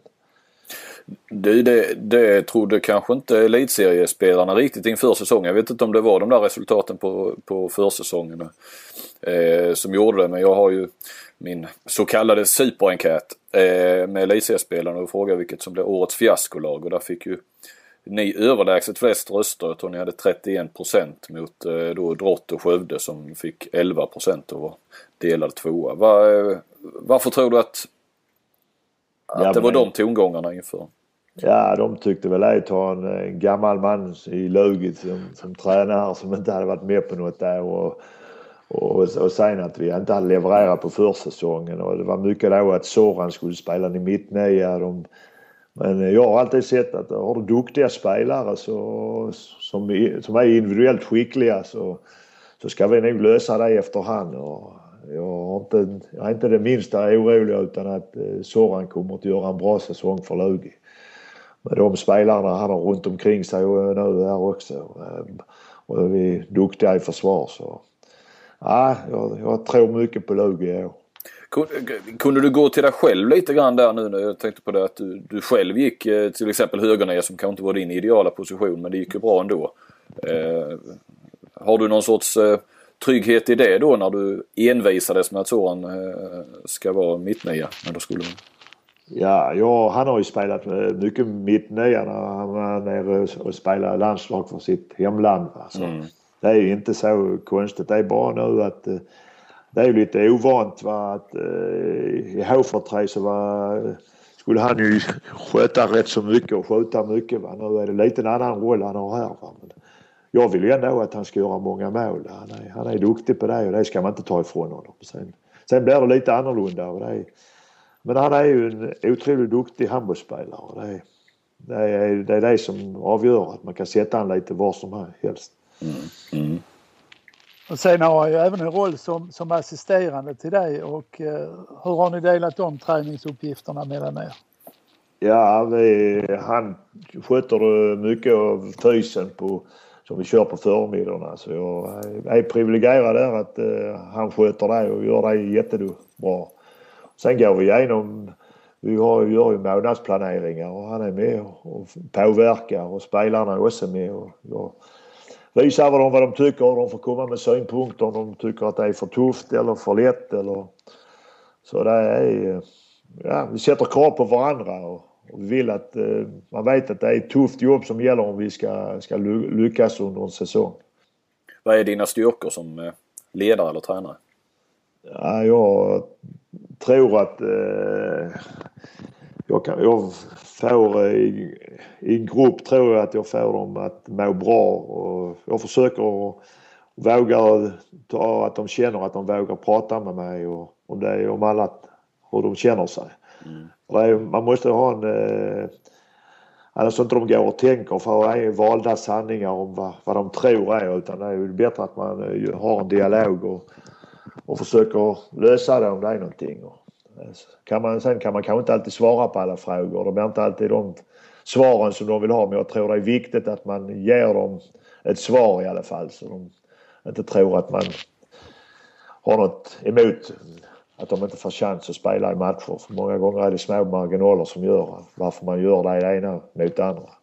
Det trodde kanske inte elitseriespelarna riktigt inför säsongen. Jag vet inte om det var de där resultaten på försäsongen som gjorde det. Men jag har ju min så kallade superenkät med elitseriespelarna och frågade vilket som blev årets fiaskolag. Och där fick ju ni överlägset flest röster. Jag tror ni hade 31% mot då Drott och Skövde som fick 11% och var delad tvåa. Varför tror du att det var de tongångarna inför? Ja, de tyckte väl att ta en gammal man i Luget som tränare som inte hade varit med på något där och sen att vi inte hade levererat på försäsongen och det var mycket då att Soran skulle spela i mittnia. Men jag har alltid sett att har du duktiga spelare som är individuellt skickliga så ska vi nog lösa det efterhand. Och jag är inte det minsta orolig utan att Soran kommer att göra en bra säsong för Lugi. Med de spelarna han har runt omkring sig och nu här också. Och vi är duktiga i försvar så. Ja, jag tror mycket på Lugi. Kunde du gå till dig själv lite grann där nu när jag tänkte på det att du själv gick till exempel högernia som kanske inte var din ideala position men det gick ju bra ändå. Har du någon sorts trygghet i det då när du envisades med att Soran ska vara mittnia? Men då skulle han har ju spelat mycket mittnia när han var nere och spelade landslag för sitt hemland. Det är ju inte så konstigt. Det är bara nu att det är ju lite ovant att i H43 så skulle han ju sköta rätt så mycket och skjuta mycket. Va? Nu är det lite en annan roll han har här. Va? Men jag vill ju ändå att han ska göra många mål. Han är duktig på det och det ska man inte ta ifrån honom. Sen blir det lite annorlunda. Och men han är ju en otroligt duktig handbollsspelare. Det är det som avgör att man kan sätta han lite var som helst. Och sen har han ju även en roll som assisterande till dig och hur har ni delat de träningsuppgifterna mellan er? Ja, han sköter mycket av fysen som vi kör på förmiddagarna. Så jag är privilegierad där att han sköter det och gör det jättebra. Sen går vi igenom, gör ju månadsplaneringar och han är med och påverkar och spelarna är också med och visar vad de tycker och de får komma med synpunkter om de tycker att det är för tufft eller för lätt. Så det är, vi sätter krav på varandra och vi vill att man vet att det är ett tufft jobb som gäller om vi ska lyckas under en säsong. Vad är dina styrkor som ledare eller tränare? Ja, jag tror att jag får i en grupp tror jag att jag får dem att må bra och jag försöker att våga ta att de känner att de vågar prata med mig och om det är om alla hur de känner sig. Man måste ha annars inte de går och tänker för valda sanningar om vad de tror är utan det är ju bättre att man har en dialog och försöker lösa det om det är någonting. Sen kan man kanske inte alltid svara på alla frågor. Det blir inte alltid de svaren som de vill ha men jag tror det är viktigt att man ger dem ett svar i alla fall så de inte tror att man har något emot att de inte får chans att spela i matcher. För många gånger är det små marginaler som gör varför man gör det ena mot det andra.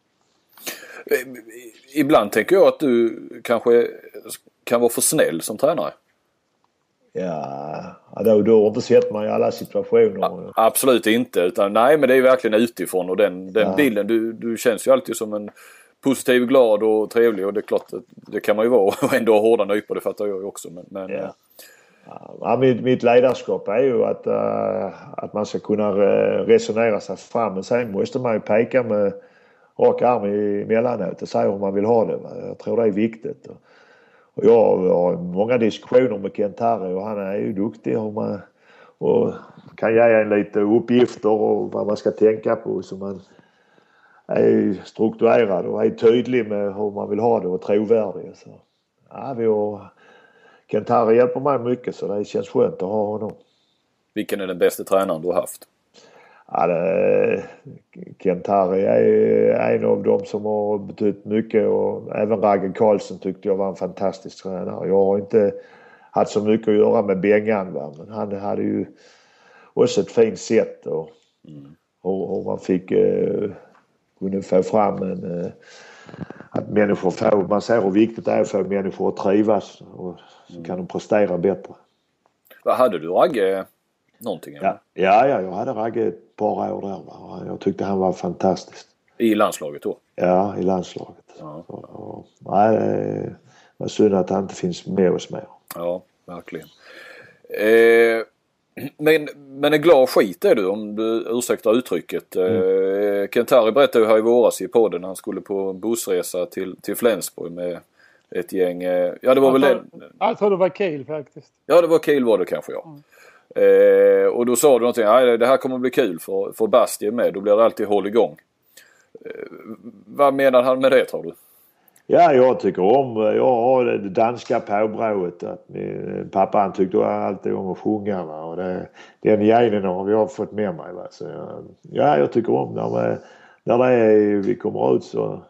Ibland tänker jag att du kanske kan vara för snäll som tränare. Ja, då har inte sett man i alla situationer. Ja, absolut inte. Utan, nej, men det är verkligen utifrån och den bilden. Du känns ju alltid som en positiv, glad och trevlig och det är klart att det kan man ju vara och ändå ha hårda nypor, det fattar jag ju också. Men, Ja, mitt ledarskap är ju att man ska kunna resonera sig fram. Men sen måste man ju peka med rak arm emellanåt och säga hur man vill ha det. Jag tror det är viktigt. Och jag har många diskussioner med Kent-Harry och han är ju duktig och kan ge en lite uppgifter och vad man ska tänka på så man är strukturerad och är tydlig med hur man vill ha det och trovärdig. Så, ja, Kent-Harry hjälper mig mycket så det känns skönt att ha honom. Vilken är den bästa tränaren du har haft? Ja, Kent-Harry är en av dem som har betytt mycket och även Ragge Karlsson tyckte jag var en fantastisk tränare. Jag har inte haft så mycket att göra med Bengan, men han hade ju också ett fint sätt och man fick kunna få fram att människor får, man ser hur viktigt det är för människor att trivas och så kan de prestera bättre. Vad hade du Ragge någonting? Ja, jag hade Ragge ett par år där. Jag tyckte han var fantastisk. I landslaget då? Ja, i landslaget. Ja. Nej, det var synd att han inte finns med oss mer. Ja, verkligen. Men en glad skit är du om du ursäktar uttrycket. Kent-Harry berättade ju här i våras i podden han skulle på en bussresa till Flensburg med ett gäng. Ja, det var väl det. Jag tror det var Kiel faktiskt. Ja, det var Kiel var det kanske, ja. Och då sa du någonting, nej det här kommer att bli kul för Basti är med, då blir det alltid håll igång. Vad menar han med det tror du? Ja, jag har det danska påbrået att min pappa han tyckte alltid om att sjunga och den genen har jag fått med mig. Va? Så jag tycker om när vi kommer ut så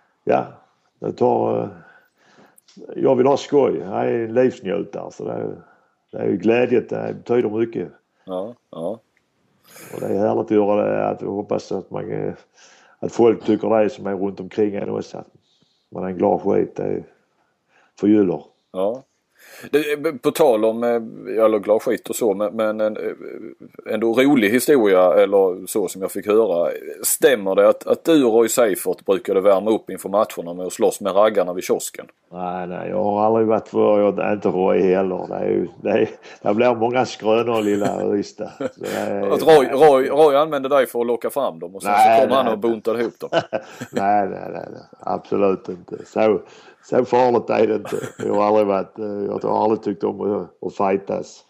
jag vill ha skoj. Jag är en livsnjutare så det är ju glädjet, det betyder mycket. Ja. Och det är härligt att göra det, att jag hoppas att folk tycker det som är runt omkring en också. Man är en glad skit, det är förgyller. Ja. På tal om eller glad skit och så, men en ändå rolig historia eller så som jag fick höra. Stämmer det att du och Roy Seifert brukade värma upp inför matcherna med att slåss med raggarna vid kiosken? Nej, jag har aldrig varit för, jag är inte Roy heller. Det blir många skrönor lilla Ystad. Att Roy använde dig för att locka fram dem och sen så kom han och buntade ihop dem. Nej, absolut inte. Så farligt är det inte. Jag har aldrig tyckt om att fightas.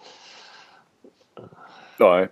Nej,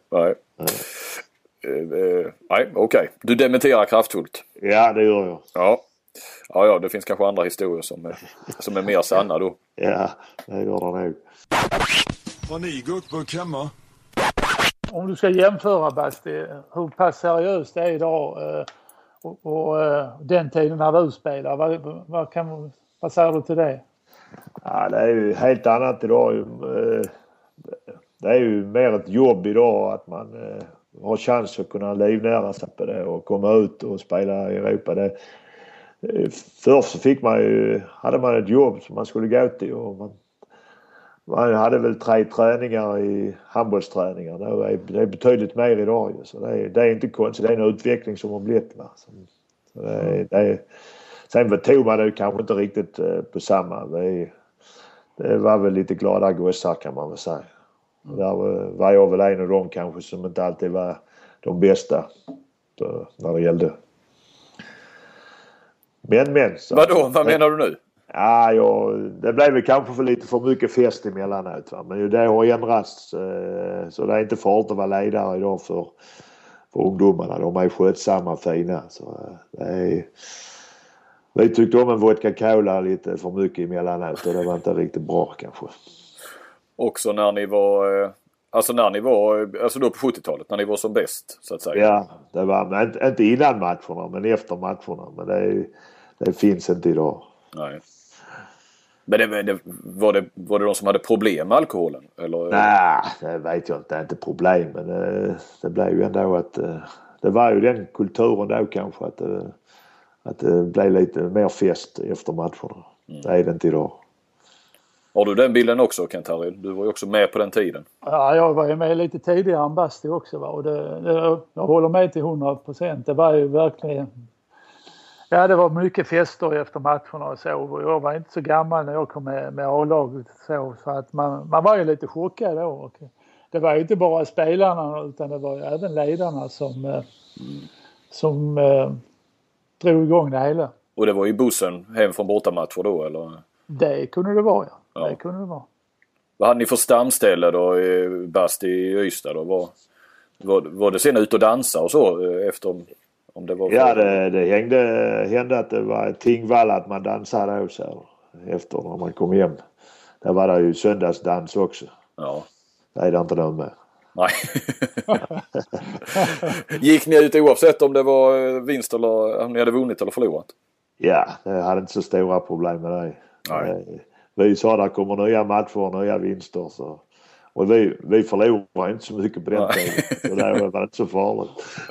okej. Du dementerar kraftfullt. Ja, det gör jag. Ja, det finns kanske andra historier som är mer sanna då. Ja, det gör det nog. Har ni guckburk hemma? Om du ska jämföra Basti, hur pass seriöst det är idag och den tiden när du spelar, vad säger du till det? Ja, det är ju helt annat idag. Det är ju mer ett jobb idag att man har chans att kunna livnära sig på det och komma ut och spela i Europa. Först så hade man ett jobb som man skulle gå till och man hade väl 3 träningar i handbollsträningar. Det är betydligt mer idag. Så det är inte konstigt. Det är en utveckling som har blivit. Sen tog man det kanske inte riktigt på samma. Det var väl lite glada gossar kan man väl säga. Där var jag väl en av dem kanske som inte alltid var de bästa när det gällde. Men. Vad menar du nu? Ja, det blev väl kanske för mycket fest emellanåt. Va? Men det har ändrats så det är inte farligt att vara ledare idag för ungdomarna. De är skötsamma fina. Så vi tyckte om en vodka cola lite för mycket emellanåt och det var inte riktigt bra kanske. Också när ni var alltså då på 70-talet när ni var som bäst så att säga. Ja, det var inte innan matcherna men efter matcherna. Men det finns inte idag. Nej. Men var det de som hade problem med alkoholen? Eller? Nej, det vet jag inte. Det är inte problem. Men det blev ju ändå att det var ju den kulturen då kanske att det blev lite mer fest efter matcherna. Det är det inte idag. Har du den bilden också Kent-Harry? Du var ju också med på den tiden. Ja, jag var ju med lite tidigare än Basti också. Va? Och jag håller med till 100%. Det var ju verkligen Ja, det var mycket fester efter matcherna och så. Jag var inte så gammal när jag kom med A-laget så att man var ju lite chockad då. Och det var ju inte bara spelarna utan det var ju även ledarna som drog igång det hela. Och det var ju bussen hem från bortamatcher då, eller? Det kunde det vara, ja. Det kunde det vara. Vad hade ni för stamställe då, Basti, i Ystad då? Var det sen ut och dansa och så efter om det var... Ja, det hände att det var Tingvall att man dansade också efter när man kom hem. Där var det ju söndagsdans också. Ja. Det är det inte någon med. Nej. Gick ni ut oavsett om det var vinst eller om ni hade vunnit eller förlorat? Ja, jag hade inte så stora problem med det. Nej. Vi sa att det kommer nya matcher och nya vinster. Så. Och vi förlorar inte så mycket på den tiden. Så det var inte så farligt.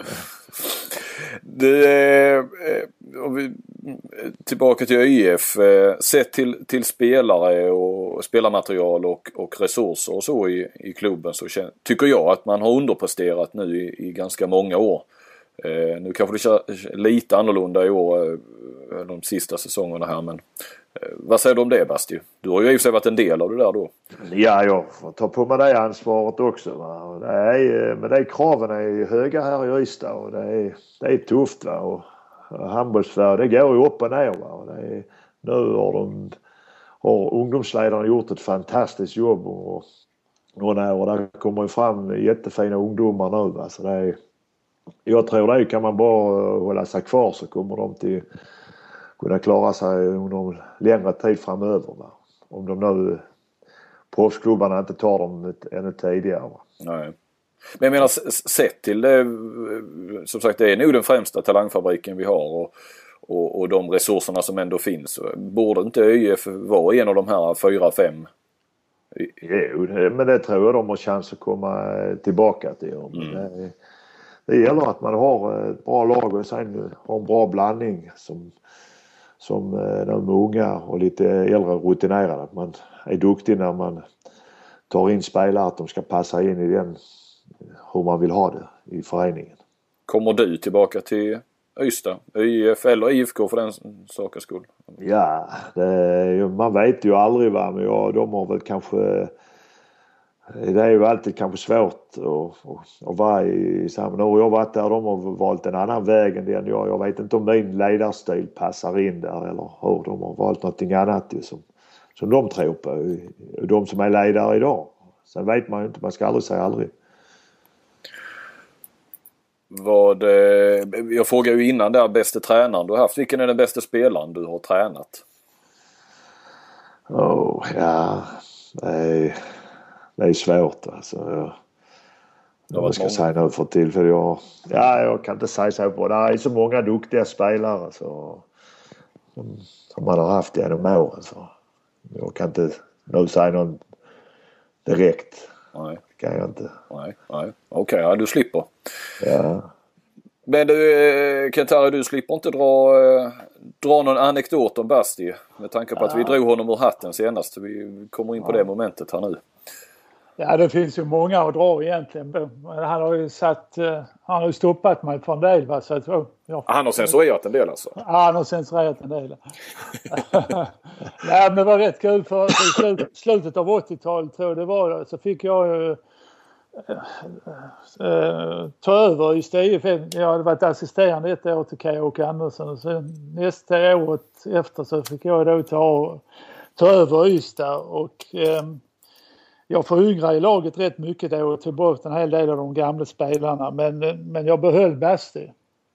Om vi tillbaka till ÖIF, sett till spelare och spelarmaterial och resurser och så i klubben, så tycker jag att man har underpresterat nu i ganska många år. Nu kanske det känns lite annorlunda i år, de sista säsongerna här, men vad säger du om det, Basti? Du har ju i och för sig varit en del av det där då. Ja, jag får ta på mig det ansvaret också. Va? Men det kraven är höga här i Ystad och det är tufft. Va? Och handbollsvärlden, det går ju upp och ner. Va? Och nu har ungdomsledarna gjort ett fantastiskt jobb och där kommer ju fram jättefina ungdomar nu. Va? Så jag tror det kan man bara hålla sig kvar så kommer de till kunna klara sig under en längre tid framöver. Va? Om de nu proffsklubbarna inte tar dem ännu tidigare. Va? Nej. Men jag menar, sett till det, som sagt, det är nog den främsta talangfabriken vi har och de resurserna som ändå finns. Borde inte ÖIF vara en av de här 4-5? Jo, men det tror jag de har chans att komma tillbaka till. Det gäller att man har ett bra lag och sen har en bra blandning som de unga och lite äldre rutinerade. Att man är duktig när man tar in spelare, att de ska passa in i den hur man vill ha det i föreningen. Kommer du tillbaka till Ystad, ÖIF eller IFK för den sakens skull? Ja, man vet ju aldrig, va, men de har väl kanske... Det är ju alltid kanske svårt att vara i samma. Nu har jag varit där, de har valt en annan väg än den jag vet inte om min ledarstil passar in där eller hur. De har valt någonting annat som de tror på. De som är ledare idag. Sen vet man ju inte, man ska aldrig säga aldrig. Jag frågade ju innan där, bästa tränaren du har haft. Vilken är den bästa spelaren du har tränat? Det är svårt alltså. Jag ska säga nu för tillfället. Jag kan inte säga så på. Det är så många duktiga spelare så, som man har haft genom åren. Så. Jag kan inte nu säga någon direkt. Nej. Det kan jag inte. Nej. Okej, ja, du slipper. Ja. Men du, Kentari, du slipper inte dra någon anekdot om Basti med tanke på att vi drog honom ur hatten senast. Vi kommer in på det momentet här nu. Ja, det finns ju många att dra egentligen. Han har ju stoppat mig för en del. Va? Så att, han har censurerat en del alltså? Ja, han har censurerat en del. Nej, men det var rätt kul för i slutet av 80-talet tror jag det var. Så fick jag ta över i IF. Jag hade varit assisterande ett år till K.O. Andersson. Och sen nästa året efter så fick jag då ta över Ystad och... jag föryngrade i laget rätt mycket då och tog bort en hel del av de gamla spelarna. Men jag behöll Basti.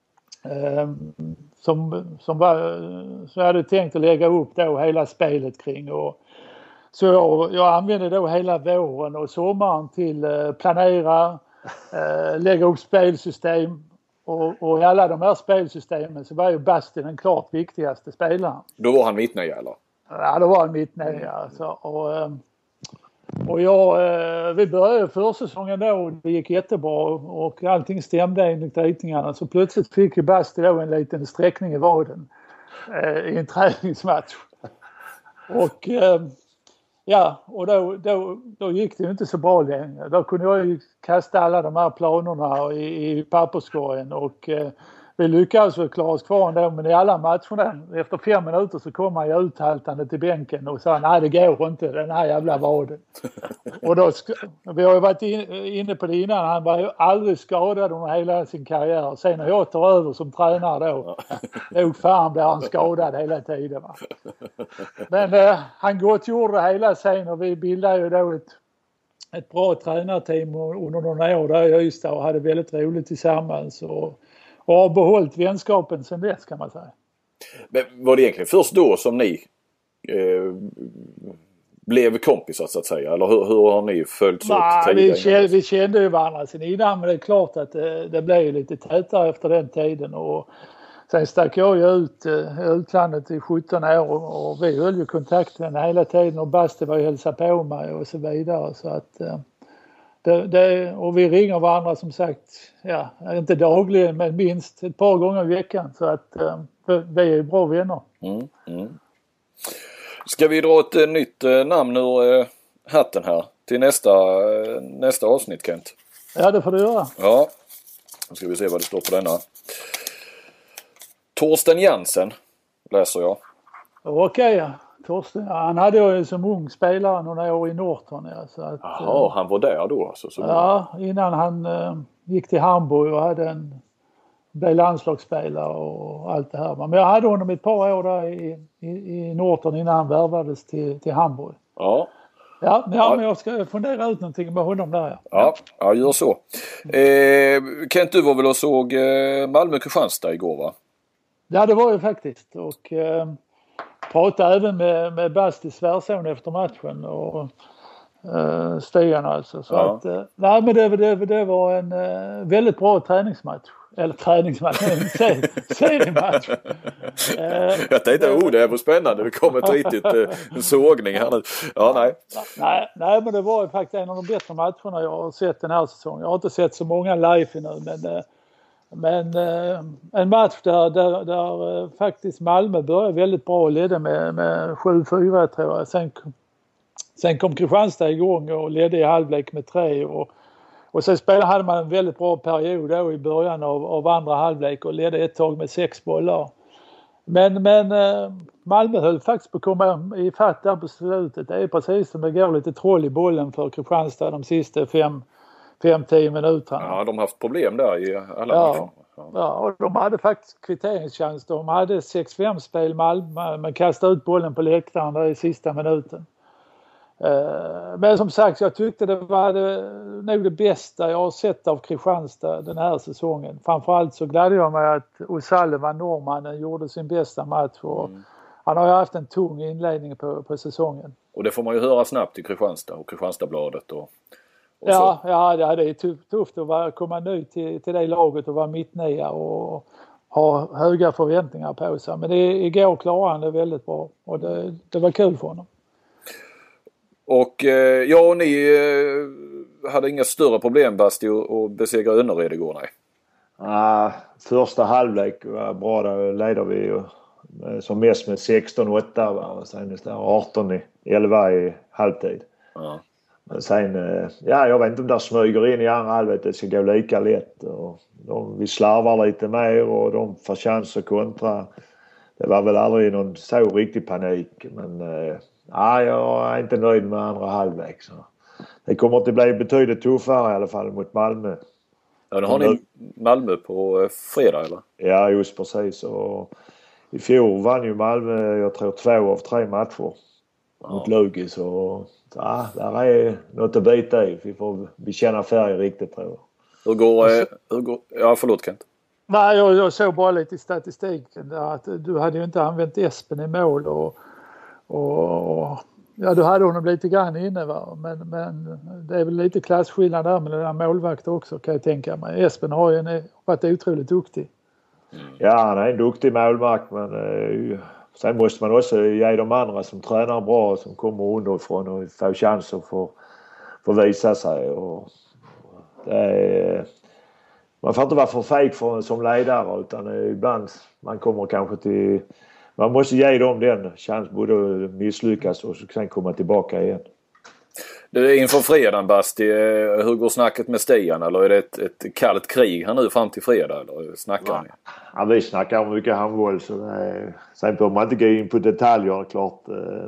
Så jag hade tänkt att lägga upp då hela spelet kring. Så jag använde då hela våren och sommaren till planera, lägga upp spelsystem. Och i alla de här spelsystemen så var ju Basti den klart viktigaste spelaren. Då var han mittnia eller? Ja, då var han mittnia alltså. Vi började försäsongen då och det gick jättebra och allting stämde enligt ritningarna. Så plötsligt fick ju Basti då en liten sträckning i vaden i en träningsmatch. Och då gick det ju inte så bra längre. Då kunde jag ju kasta alla de här planerna i papperskorgen och vi lyckades väl klara oss kvar ändå, men i alla matcherna efter 5 minuter så kom han ju uthaltande till bänken och sa nej det går inte, den här jävla vaden. Och då, vi har ju varit inne på det innan, han var ju aldrig skadad under hela sin karriär. Sen när jag tar över som tränare då fan blir han skadad hela tiden. Va? Men han gottgjorde det hela sen och vi bildade ju då ett bra tränarteam under några år där i Ystad och hade väldigt roligt tillsammans och har behållit vänskapen sen dess kan man säga. Men var det egentligen först då som ni blev kompisar så att säga? Eller hur har ni följts åt tidigare? Vi kände ju varandra sen innan, men det är klart att det blev ju lite tätare efter den tiden och sen stack jag ju ut i utlandet i 17 år och vi höll ju kontakten hela tiden och Basti var ju hälsa på mig och så vidare så att och vi ringer varandra som sagt, inte dagligen men minst ett par gånger i veckan så att vi är ju bra vänner. Ska vi dra ett nytt namn ur hatten här till nästa avsnitt, Kent? Ja, det får du göra. Ja, nu ska vi se vad det står på denna. Torsten Jansen läser jag. Okej. Torsten, han hade ju som ung spelare några år i Norton. Ja, så att, jaha, han var där då alltså? Ja, innan han gick till Hamburg och blev landslagsspelare och allt det här. Men jag hade honom ett par år där i Norton innan han värvades till Hamburg. Ja. Ja, men jag ska fundera ut någonting med honom där. Ja, gör så. Kent, du var väl och såg Malmö-Kristianstad igår, va? Ja, det var ju faktiskt. Och pratade även med Basti svärson efter matchen och Stian alltså. Så att, nej, men det var en väldigt bra träningsmatch. Eller träningsmatch, en seriematch. Jag tänkte, det är spännande. Det kommer ett riktigt sågning här nu. Ja, nej, men det var ju faktiskt en av de bättre matcherna jag har sett den här säsongen. Jag har inte sett så många live nu, men en match där faktiskt Malmö började väldigt bra och ledde med 7-4 tror jag. Sen kom Kristianstad igång och ledde i halvlek med 3 och sen hade man en väldigt bra period då i början av andra halvlek och ledde ett tag med 6 bollar. Men Malmö höll faktiskt på att komma i fatt där på slutet. Det är precis som det går lite troll i bollen för Kristianstad de sista 5-10 minuterna. Ja, de har haft problem där i alla matcher. Ja, och de hade faktiskt kvitteringschans. De hade 6-5 spel Malmö men kastade ut bollen på läktaren där i sista minuten. Men som sagt, jag tyckte det var nog det bästa jag har sett av Kristianstad den här säsongen. Framförallt så gladde jag mig att O'Sullivan, norrmannen, gjorde sin bästa match. Och han har ju haft en tung inledning på säsongen. Och det får man ju höra snabbt i Kristianstad och Kristianstadsbladet. Och ja, det är tufft att komma ny till det laget och vara mittnia och ha höga förväntningar på sig. Men igår klarade han det väldigt bra och det var kul för honom. Och ni hade inga större problem, Basti, att besegra Önnered igår, nej? Första halvlek var bra, där ledde vi ju som mest med 16-8 och sen 18-11 i halvtid. Ja. Men sen, jag vet inte om det smyger in i andra halvlek, det ska gå lika lätt. Och vi slarvar lite mer och de får chans att kontra. Det var väl aldrig någon så riktig panik, men jag är inte nöjd med andra halvlek. Så. Det kommer att bli betydligt tuffare i alla fall mot Malmö. Ja, nu har ni Malmö på fredag, eller? Ja, just precis. Och i fjol vann ju Malmö, jag tror 2 av 3 matcher mot Lugi. Så där är något att bita i. Vi får bekänna färg riktigt, tror jag. Hur går ja, förlåt Kent. Nej, jag såg bara lite i statistiken där att du hade ju inte använt Espen i mål och du hade honom lite grann inne, va? Men det är väl lite klasskillnad där med den här målvakten också, kan jag tänka mig. Espen har ju varit otroligt duktig. Ja, han är en duktig målvakt, men sen måste man också ge de andra som tränar bra, som kommer underifrån och får chans att få visa sig. Man får inte vara för feg som ledare, utan ibland man kommer kanske till... Man måste ge dem den chans både att misslyckas och sen komma tillbaka igen. Du, inför fredagen, Basti, hur går snacket med Stian? Eller är det ett kallt krig här nu fram till fredag? Eller snackar ni? Ja, vi snackar om mycket handboll. Så sen behöver man inte gå in på detaljer, klart.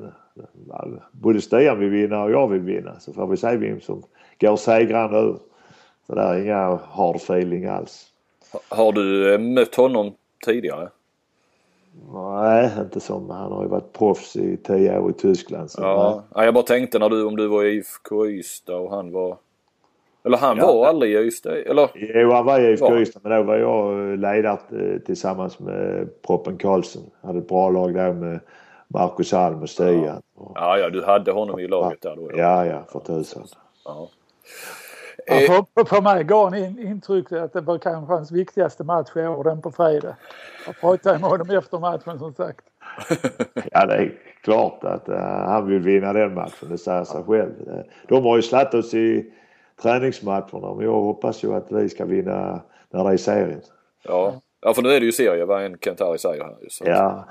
Både Stian vill vinna och jag vill vinna. Så får vi se vem som går segrande ur. Så det är inga hard feeling alls. Har du mött honom tidigare? Nej, inte som. Han har ju varit proffs i 10 år i Tyskland. Så ja, jag bara tänkte om du var i IFK Ystad och han var... Eller han var aldrig i Ystad? Eller? Jo, han var i IFK Ystad, men då var jag ledare tillsammans med Proppen Karlsson. Hade ett bra lag där med Marcus Alm och Stian. Ja, du hade honom i laget där då. Ja, för tusan. Ja. För mig gav en intryck att det var kanske hans viktigaste match i år, den på fredag. Jag pratade med honom efter matchen som sagt. Ja, det är klart att han vill vinna den matchen, det säger sig själv. De har ju slatt oss i träningsmatcherna, men jag hoppas ju att vi ska vinna när det är serien. Ja, för nu är det ju serie, vad en Kent-Harry säger här. Så. Ja.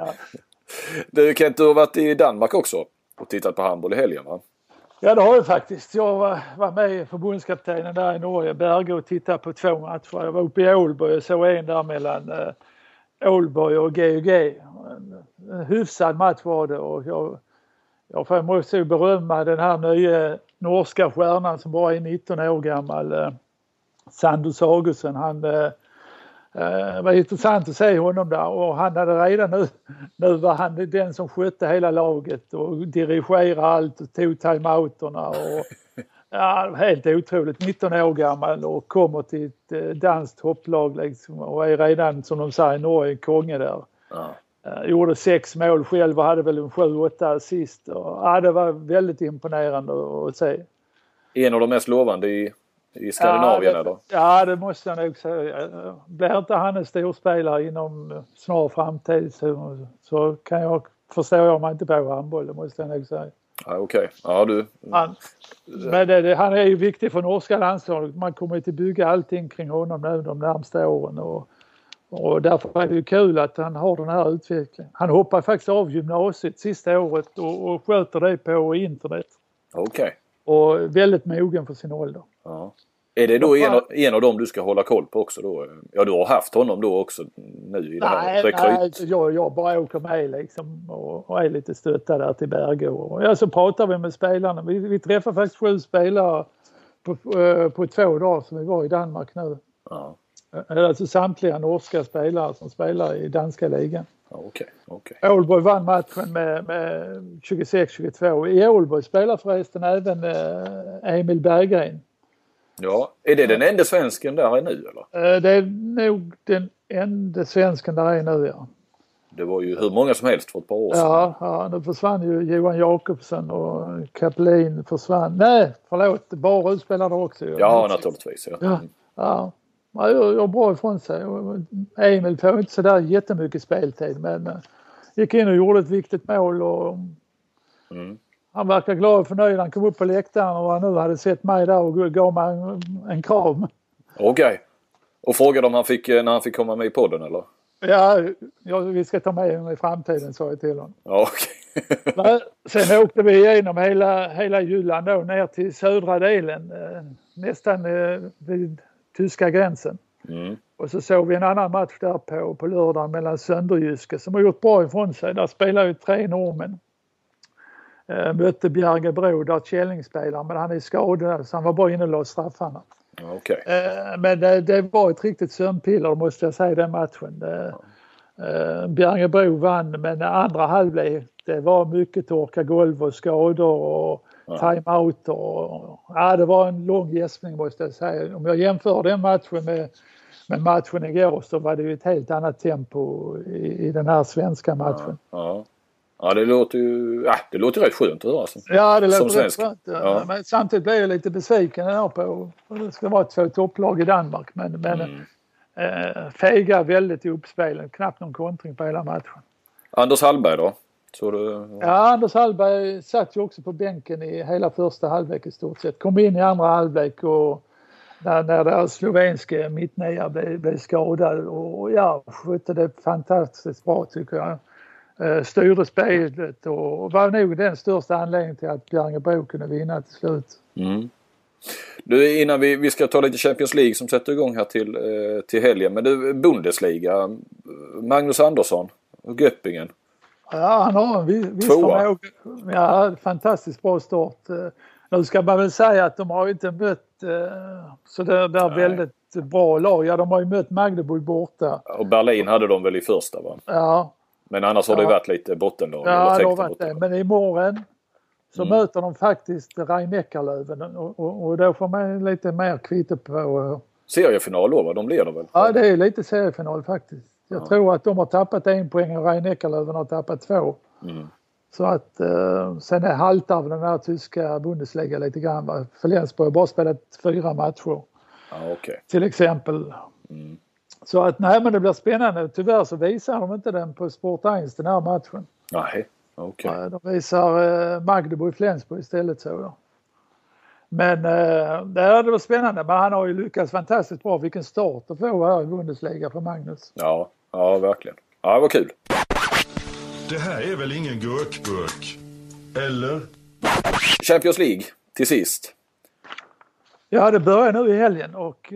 Du Kent, du har varit i Danmark också och tittat på handboll i helgen, va? Ja, det har jag faktiskt. Jag var med i förbundskaptenen där i Norge, Berge, och tittade på 2 matcher. Jag var uppe i Ålborg och såg en där mellan Ålborg och GUG. En hyfsad match var det, och jag måste berömma den här nya norska stjärnan som bara är 19 år gammal, Sandus Augustsson. Det var intressant att se honom där, och han hade redan nu var han den som skötte hela laget och dirigerade allt och tog timeouterna och helt otroligt, 19 år gammal och kommer till ett danskt topplag liksom, och är redan, som de säger i Norge, konge där. Gjorde 6 mål själv och hade väl 7-8 assist, och det var väldigt imponerande att se. En av de mest lovande i Skandinavien eller? Ja, det måste jag nog säga. Blir inte han en storspelare inom snar framtid så kan jag förstå mig inte på handboll, det måste jag nog säga. Ja, okej. Ja, du. Men han är ju viktig för norska landslaget. Man kommer ju att bygga allting kring honom nu de närmaste åren, och därför är det ju kul att han har den här utvecklingen. Han hoppar faktiskt av gymnasiet sista året och sköter det på internet. Okej. Och väldigt mogen för sin ålder. Ja. Är det då en av dem du ska hålla koll på också då? Ja, du har haft honom då också nu i det här rekryt? Nej, jag bara åker med liksom och är lite stöttad där till Berge. Och så pratar vi med spelarna. Vi träffar faktiskt 7 spelare på 2 dagar som vi var i Danmark nu. Ja. Alltså samtliga norska spelare som spelar i danska ligan. Okej. Ålborg vann matchen med 26-22. I Ålborg spelar förresten även Emil Berggren. Ja, är det den enda svensken där är nu eller? Det är nog den enda svensken där är nu, ja. Det var ju hur många som helst för ett par år sedan. Ja, nu försvann ju Johan Jakobsen och Kaplin försvann. Nej, förlåt, bara utspelade också. Ja, naturligtvis. Ja. Man gör bra ifrån sig. Emil får inte så där jättemycket speltid, men gick in och gjorde ett viktigt mål och han verkar glad och förnöjd. Han kom upp på läktaren och han nu hade sett mig där och gav mig en kram. Okej. Och frågade om när han fick komma med i podden eller? Ja, vi ska ta med honom i framtiden, sa jag till honom. Ja, okej. Sen åkte vi igenom hela Jylland då ner till södra delen, nästan vid tyska gränsen. Och så såg vi en annan match där på lördagen mellan Sönderjyske som har gjort bra ifrån sig. Där spelar ju 3 norrmän. Mötte Bjergebro där Källing spelar, men han är skadad så han var bara inne och la straffarna. Okay. Men det var ett riktigt sömnpiller, måste jag säga, den matchen. Bjergebro vann, men andra halvlek det var mycket torka golv och skador och timeout. Det var en lång gäspning, måste jag säga. Om jag jämför den matchen med matchen igår så var det ju ett helt annat tempo i den här svenska matchen. Ja, det låter rätt skönt att höra. Ja, det låter rätt skönt. Ja. Men samtidigt blev jag lite besviken här på det ska vara 2 topplag i Danmark. Men fega väldigt i uppspelen. Knappt någon kontring på hela matchen. Anders Hallberg då? Ja, Anders Hallberg satt ju också på bänken i hela första halvlek i stort sett. Kom in i andra halvlek och när det slovenska mittnia blev skadad och skötte det fantastiskt bra, tycker jag. styrde spelet och var nog den största anledningen till att Bjärringebro kunde vinna till slut. Mm. Du, innan vi ska ta lite Champions League som sätter igång här till helgen. Men du, Bundesliga, Magnus Andersson och Göppingen. Ja, han har en viss förmåga. Ja, fantastiskt bra start. Nu ska man väl säga att de har ju inte mött så det är väldigt bra lag. Ja, de har ju mött Magdeburg borta. Och Berlin hade de väl i första, va? Ja. Men annars har det varit lite bottenlag. Ja, det har varit det. Men imorgon så möter de faktiskt Rhein-Neckarlöwen och då får man lite mer kvitto på... Seriefinal då, va? De leder väl? Ja, det är lite seriefinal faktiskt. Jag tror att de har tappat 1 poäng och Rhein-Neckarlöwen har tappat 2. Så att sen är haltar den här tyska Bundesliga lite grann. För Flensburg har bara spelat 4 matcher. Okay. Till exempel. Så att nej, men det blir spännande. Tyvärr så visar de inte den på Sport 1 den här matchen. Nej, okej. Okay. De visar Magdeburg-Flensburg istället så då. Men det var spännande. Men han har ju lyckats fantastiskt bra. Vilken start att få här i Bundesliga för Magnus. Ja, verkligen. Ja, det var kul. Det här är väl ingen gurkburk? Eller? Champions League till sist. Ja, det börjar nu i helgen och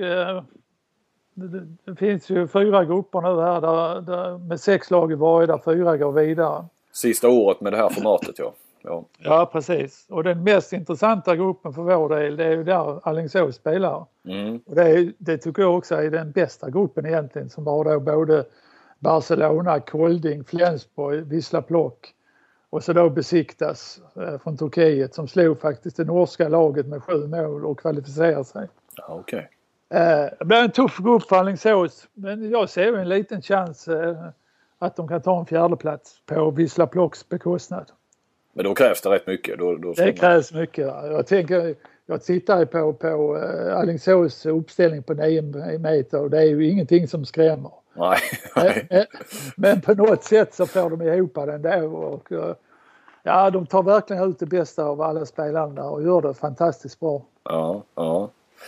det finns ju 4 grupper nu här där med 6 lag i varje där 4 går vidare. Sista året med det här formatet, ja. Ja, precis. Och den mest intressanta gruppen för vår del, det är ju där Alingsås spelar. Och det tycker jag också är den bästa gruppen egentligen, som har då både Barcelona, Kolding, Flensburg, Wisla Plock och så då Besiktas från Turkiet som slog faktiskt det norska laget med 7 mål och kvalificerar sig. Ja, okej. Det blir en tuff grupp för Alingsås, men jag ser ju en liten chans att de kan ta en 4:e plats på Wisla Plocks bekostnad. Men då krävs det rätt mycket. Det krävs mycket. Jag tittar på Alingsås uppställning på 9 meter och det är ju ingenting som skrämmer. Nej. Men på något sätt så får de ihop den där och ja, de tar verkligen ut det bästa av alla spelarna och gör det fantastiskt bra. Ja.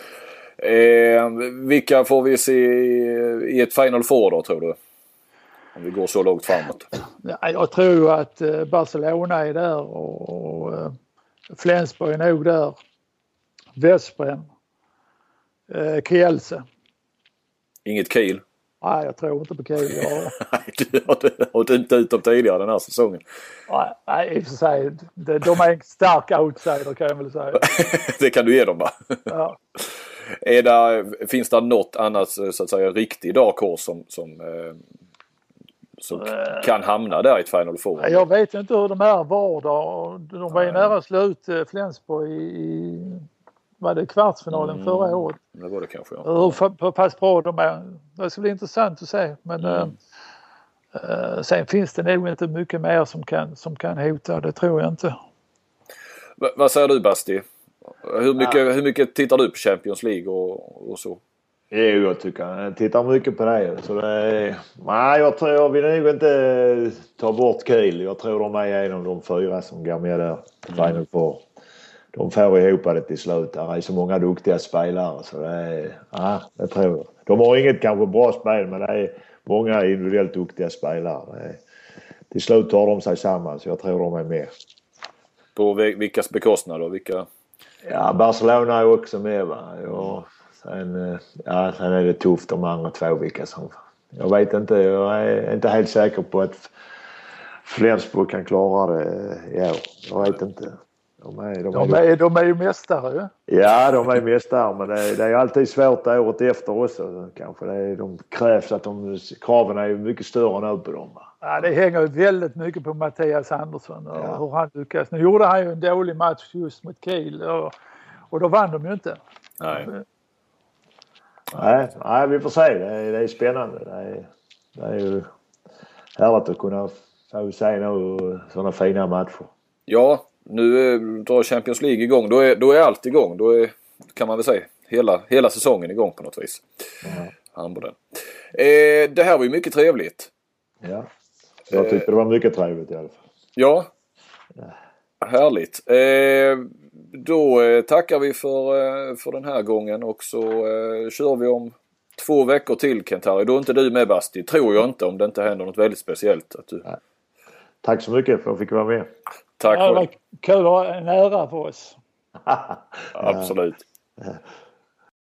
Vilka får vi se i ett Final Four då, tror du? Om vi går så långt framåt. Ja, jag tror att Barcelona är där och Flensburg är nog där. Veszprem. Kielce. Inget Kiel? Nej, jag tror inte på Kiel. Du har inte ut dem tidigare den här säsongen. Nej, i och för sig. De är en stark outsider kan jag väl säga. Det kan du ge dem, va? Ja. Finns det något annat så att säga riktig dark horse som kan hamna där i ett Final Four? Jag vet inte hur de här var då. De var ju nära slut Flensburg i var det kvartsfinalen förra året. Det var det kanske, ja. Hur pass bra de är. Det ska bli intressant att se. Men sen finns det nog inte mycket mer som kan hota. Det tror jag inte. Vad säger du, Basti? Hur mycket tittar du på Champions League och så? Jag tittar mycket på det. Så jag tror jag vill nog inte ta bort Kiel. Jag tror de är en av de 4 som går med där på Final Four. De får ihop det till slut. Det är så många duktiga spelare. Så det tror jag. De har inget kanske bra spel, men det är många individuellt duktiga spelare. Till slut tar de sig samman, så jag tror de är med. På vilkas bekostnad då? Ja, Barcelona är också med, va. Sen är det tufft de andra 2 vilka som... Jag vet inte, jag är inte helt säker på att Flensburg kan klara det i år. Jag vet inte. De är ju mästare. Ja, de är mästare, men det är alltid svårt året efter också. Kanske de krävs att kraven är mycket större nu på dem. Ja, det hänger ju väldigt mycket på Mattias Andersson och hur han lyckas. Nu gjorde han ju en dålig match just mot Kiel och då vann de ju inte. Nej, vi får se. Det är spännande. Det är ju härligt att kunna få se nu sådana fina matcher. Ja, nu drar Champions League igång. Då är allt igång. Kan man väl säga hela säsongen igång på något vis. Det här var ju mycket trevligt. Ja, jag tyckte det var mycket trevligt i alla fall. Ja. Härligt. Då tackar vi för den här gången och så kör vi om 2 veckor till, Kent-Harry. Då är inte du med, Basti. Tror jag inte, om det inte händer något väldigt speciellt. Tack så mycket för att jag fick vara med. Tack det var kul och en ära för oss. Absolut. Ja.